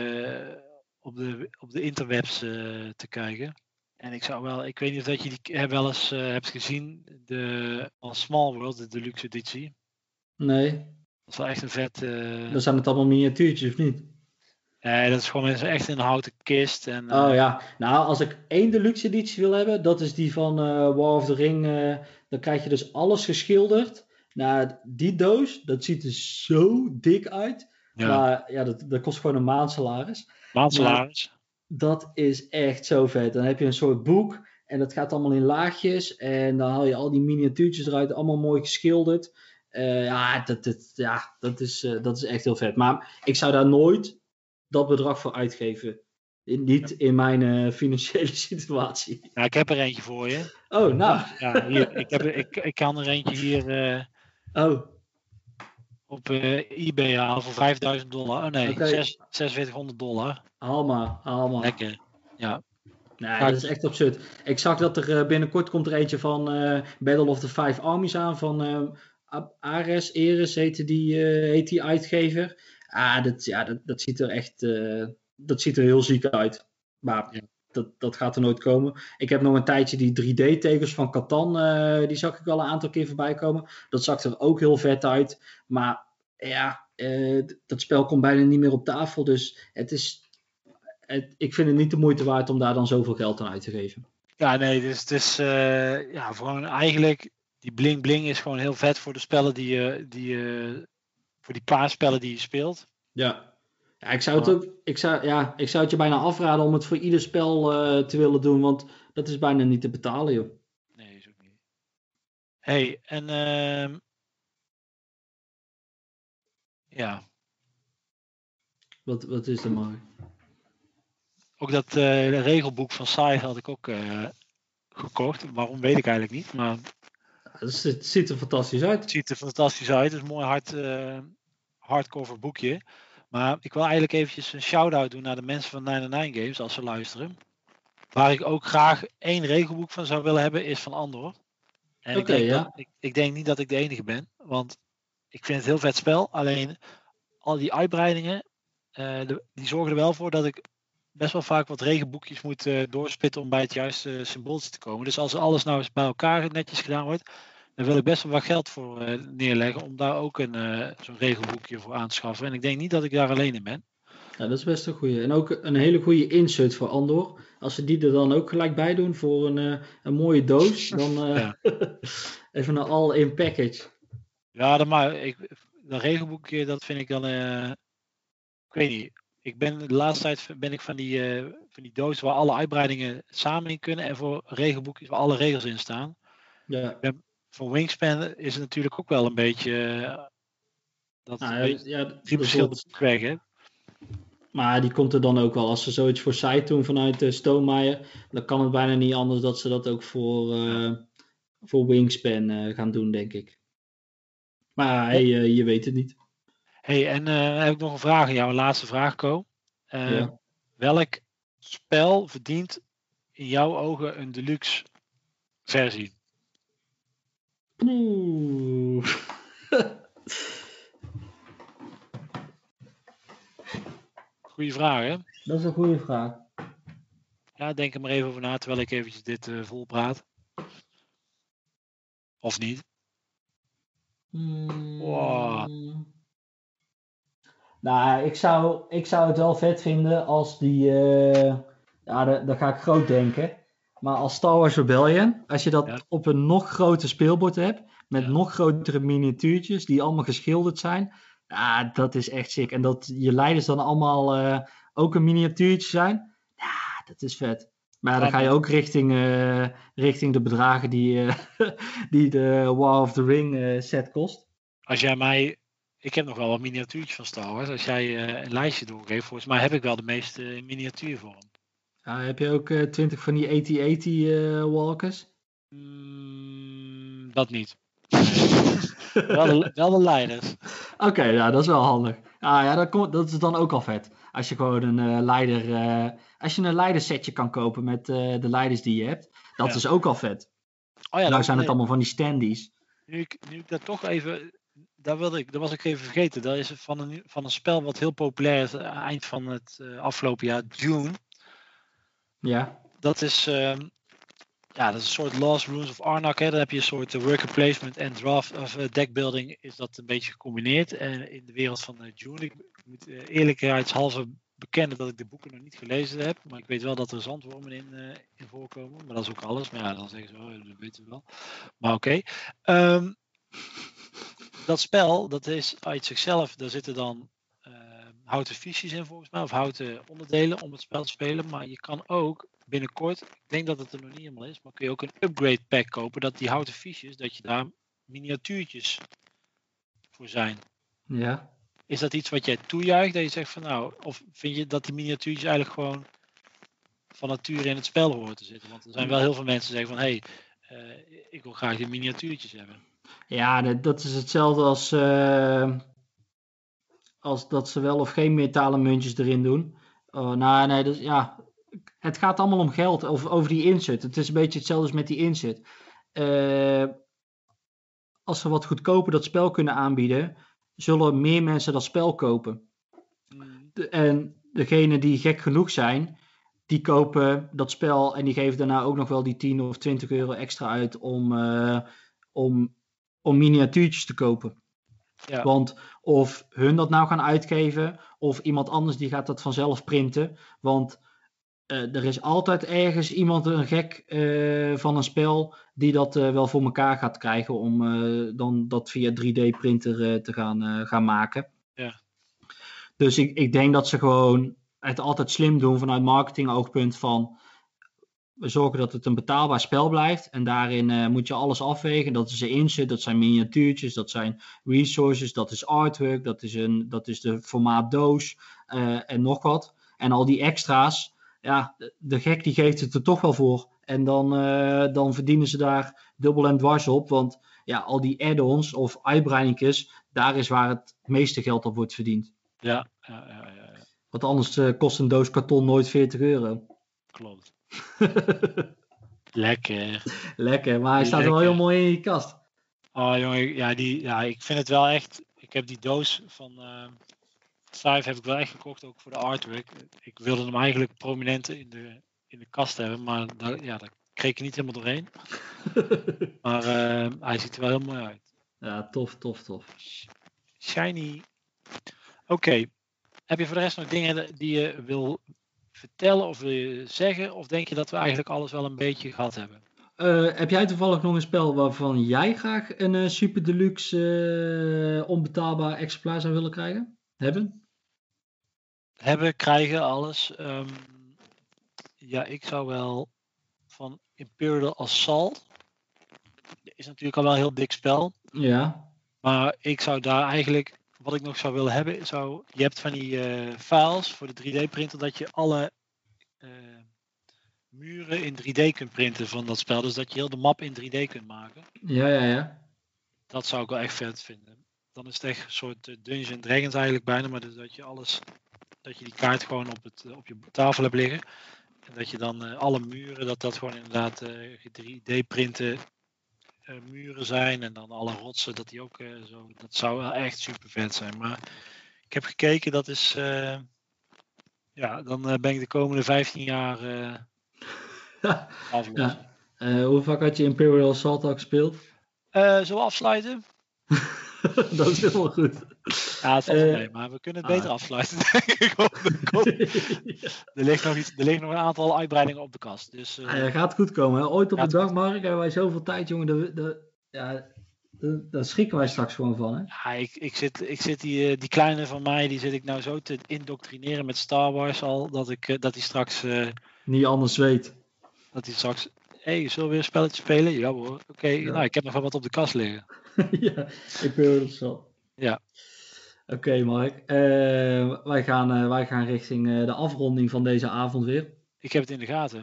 op de interwebs te kijken. En ik weet niet of dat je die wel eens hebt gezien, van Small World, de deluxe editie. Nee. Dat is wel echt een vet... Dan zijn het allemaal miniatuurtjes, of niet? Nee, dat is gewoon echt in een houten kist. En, ja. Nou, als ik één deluxe editie wil hebben, dat is die van War of the Ring. Dan krijg je dus alles geschilderd. Nou, die doos, dat ziet er zo dik uit. Ja. Maar ja, dat kost gewoon een maandsalaris. Maandsalaris. Dat is echt zo vet. Dan heb je een soort boek en dat gaat allemaal in laagjes. En dan haal je al die miniatuurtjes eruit, allemaal mooi geschilderd. Dat is echt heel vet. Maar ik zou daar nooit dat bedrag voor uitgeven. Niet in mijn financiële situatie. Nou, ik heb er eentje voor je. Oh, nou. Ja, hier, ik kan er eentje hier op eBay halen voor $5.000. Oh nee, Okay. $4600. Haal maar. Lekker. Ja. Nee, dat is echt absurd. Ik zag dat er binnenkort komt er eentje van Battle of the Five Armies aan. Van Eres heet die uitgever. Dat ziet er echt dat ziet er heel ziek uit. Maar Ja. dat gaat er nooit komen. Ik heb nog een tijdje die 3D-tekens van Catan. Die zag ik wel een aantal keer voorbij komen. Dat zag er ook heel vet uit. Maar ja, dat spel komt bijna niet meer op tafel. Dus ik vind het niet de moeite waard om daar dan zoveel geld aan uit te geven. Ja, nee, dus het is gewoon eigenlijk die bling bling is gewoon heel vet voor de spellen voor die paar spellen die je speelt. Ja, ik zou het je bijna afraden om het voor ieder spel te willen doen, want dat is bijna niet te betalen, joh. Nee, is ook niet. Hey, en ja. Wat is er maar? Ook dat regelboek van Sai had ik ook gekocht. Waarom weet ik eigenlijk niet, maar Het ziet er fantastisch uit. het ziet er fantastisch uit. Het is een mooi hardcover boekje. Maar ik wil eigenlijk eventjes een shout-out doen naar de mensen van 99 Games als ze luisteren. Waar ik ook graag 1 regelboek van zou willen hebben is van Andor. En ik denk niet dat ik de enige ben, want ik vind het een heel vet spel. Alleen al die uitbreidingen, die zorgen er wel voor dat ik best wel vaak wat regenboekjes moet doorspitten om bij het juiste symbooltje te komen. Dus als alles nou eens bij elkaar netjes gedaan wordt, dan wil ik best wel wat geld voor neerleggen om daar ook zo'n regelboekje voor aan te schaffen. En ik denk niet dat ik daar alleen in ben. Ja, dat is best een goeie. En ook een hele goede insert voor Andor. Als ze die er dan ook gelijk bij doen voor een mooie doos, dan even een all-in package. Ja, dat regelboekje, dat vind ik dan, ik weet niet. De laatste tijd ben ik van die doos waar alle uitbreidingen samen in kunnen en voor regelboekjes waar alle regels in staan. Ja. Voor Wingspan is het natuurlijk ook wel een beetje drie verschillende weg, hè? Maar die komt er dan ook wel. Als ze zoiets voor site doen vanuit Stonemaier, dan kan het bijna niet anders dat ze dat ook voor Wingspan gaan doen, denk ik. Maar hey, je weet het niet. Hey, en heb ik nog een vraag aan jou, een laatste vraag, Ko. Welk spel verdient in jouw ogen een deluxe versie? Goeie vraag, hè? Dat is een goede vraag. Ja, denk er maar even over na terwijl ik eventjes dit volpraat. Of niet? Wow. Nou, ik zou het wel vet vinden als die... daar ga ik groot denken. Maar als Star Wars Rebellion, als je dat op een nog groter speelbord hebt, met nog grotere miniatuurtjes die allemaal geschilderd zijn, ja, dat is echt sick. En dat je leiders dan allemaal ook een miniatuurtje zijn, ja, dat is vet. Maar dan ga je ook richting de bedragen die de War of the Ring set kost. Als jij mij... Ik heb nog wel wat miniatuurtjes van Star Wars. Als jij een lijstje doorgeeft, volgens mij heb ik wel de meeste miniatuurvorm. Ja, heb je ook 20 van die 8080 walkers? Dat niet. wel de leiders. Oké, ja, dat is wel handig. Dat is dan ook al vet. Als je gewoon een leidersetje kan kopen met de leiders die je hebt. Dat is ook al vet. Oh ja, nou zijn het allemaal van die standees. Nu ik dat toch even... Dat was ik even vergeten. Dat is van een spel wat heel populair is. Eind van het afgelopen jaar. Dune. Ja. Dat is... dat is een soort Lost Ruins of Arnak. Hè. Dan heb je een soort worker placement en draft of deckbuilding. Is dat een beetje gecombineerd. En in de wereld van Dune. Ik moet eerlijkheidshalve bekennen dat ik de boeken nog niet gelezen heb. Maar ik weet wel dat er zandwormen in voorkomen. Maar dat is ook alles. Maar ja, dan zeggen ze, dat weten we wel. Maar oké. Dat spel, dat is uit zichzelf, daar zitten dan houten fiches in volgens mij, of houten onderdelen om het spel te spelen. Maar je kan ook binnenkort, ik denk dat het er nog niet helemaal is, maar kun je ook een upgrade pack kopen, dat die houten fiches, dat je daar miniatuurtjes voor zijn. Ja. Is dat iets wat jij toejuicht, dat je zegt van nou, of vind je dat die miniatuurtjes eigenlijk gewoon van nature in het spel horen te zitten? Want er zijn wel heel veel mensen die zeggen van ik wil graag die miniatuurtjes hebben. Ja, dat is hetzelfde als dat ze wel of geen metalen muntjes erin doen. Nee, dus ja, het gaat allemaal om geld of over die inzet. Het is een beetje hetzelfde als met die inzet. Als ze wat goedkoper dat spel kunnen aanbieden, zullen meer mensen dat spel kopen. En degenen die gek genoeg zijn, die kopen dat spel en die geven daarna ook nog wel die 10 of 20 euro extra uit om miniatuurtjes te kopen. Ja. Want of hun dat nou gaan uitgeven, of iemand anders die gaat dat vanzelf printen. Want er is altijd ergens iemand, een gek van een spel, die dat wel voor elkaar gaat krijgen om dan dat via 3D-printer te gaan maken. Ja. Dus ik denk dat ze gewoon het altijd slim doen vanuit marketing-oogpunt van we zorgen dat het een betaalbaar spel blijft. En daarin moet je alles afwegen. Dat is de inzet, dat zijn miniatuurtjes, dat zijn resources, dat is artwork, dat is de formaat doos en nog wat. En al die extra's, ja, de gek die geeft het er toch wel voor. En dan verdienen ze daar dubbel en dwars op. Want ja, al die add-ons of uitbreidingjes, daar is waar het meeste geld op wordt verdiend. Ja. Want anders kost een doos karton nooit 40 euro. Klopt. Lekker, maar hij staat wel heel mooi in je kast. Oh jongen, ik vind het wel echt. Ik heb die doos van Strive heb ik wel echt gekocht, ook voor de artwork. Ik wilde hem eigenlijk prominent in de kast hebben, maar daar kreeg ik niet helemaal doorheen. Maar hij ziet er wel heel mooi uit. Ja, tof. Shiny. Oké. Heb je voor de rest nog dingen die je wil vertellen of wil je zeggen? Of denk je dat we eigenlijk alles wel een beetje gehad hebben? Heb jij toevallig nog een spel waarvan jij graag een super deluxe onbetaalbaar exemplaar zou willen krijgen? Krijgen, alles. Ik zou wel van Imperial Assault. Dat is natuurlijk al wel een heel dik spel. Ja. Maar ik zou daar eigenlijk, wat ik nog zou willen hebben, je hebt van die files voor de 3D-printer dat je alle muren in 3D kunt printen van dat spel. Dus dat je heel de map in 3D kunt maken. Ja. Dat zou ik wel echt vet vinden. Dan is het echt een soort Dungeons & Dragons eigenlijk bijna, maar dus dat je die kaart gewoon op je tafel hebt liggen. En dat je dan alle muren, dat gewoon inderdaad 3D-printen muren zijn. En dan alle rotsen, dat die ook zo. Dat zou wel echt super vet zijn. Maar ik heb gekeken, dat is. Dan ben ik de komende 15 jaar afgelost. Ja. Hoe vaak had je Imperial Assault al gespeeld? Zullen we afsluiten? Dat is helemaal goed. Ja, het valt mee, maar we kunnen het beter afsluiten, denk ik. Er ligt nog een aantal uitbreidingen op de kast. Dus, gaat goed komen. Hè? Ooit op de dag, Mark, hebben wij zoveel tijd, jongen. Daar schrikken wij straks gewoon van. Hè? Ja, ik zit die kleine van mij, die zit ik nou zo te indoctrineren met Star Wars al, dat hij straks... niet anders weet. Dat hij straks... zullen we weer een spelletje spelen? Ja hoor. Oké. Ja. Nou, ik heb nog wel wat op de kast liggen. Ja, Imperial Assault. Ja. Oké, Mark. Wij gaan richting de afronding van deze avond weer. Ik heb het in de gaten.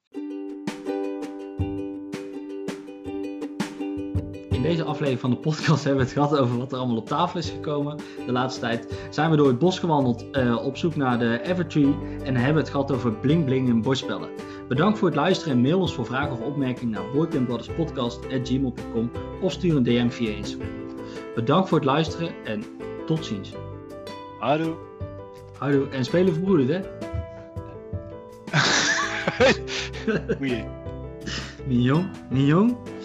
In deze aflevering van de podcast hebben we het gehad over wat er allemaal op tafel is gekomen. De laatste tijd zijn we door het bos gewandeld op zoek naar de Evertree en hebben we het gehad over bling bling en bordspellen. Bedankt voor het luisteren en mail ons voor vragen of opmerkingen naar boardgamebrodderspodcast@gmail.com of stuur een DM via Instagram. Bedankt voor het luisteren en tot ziens. Houdoe. En spelen verbroederd, hè? Goeie. Mignon.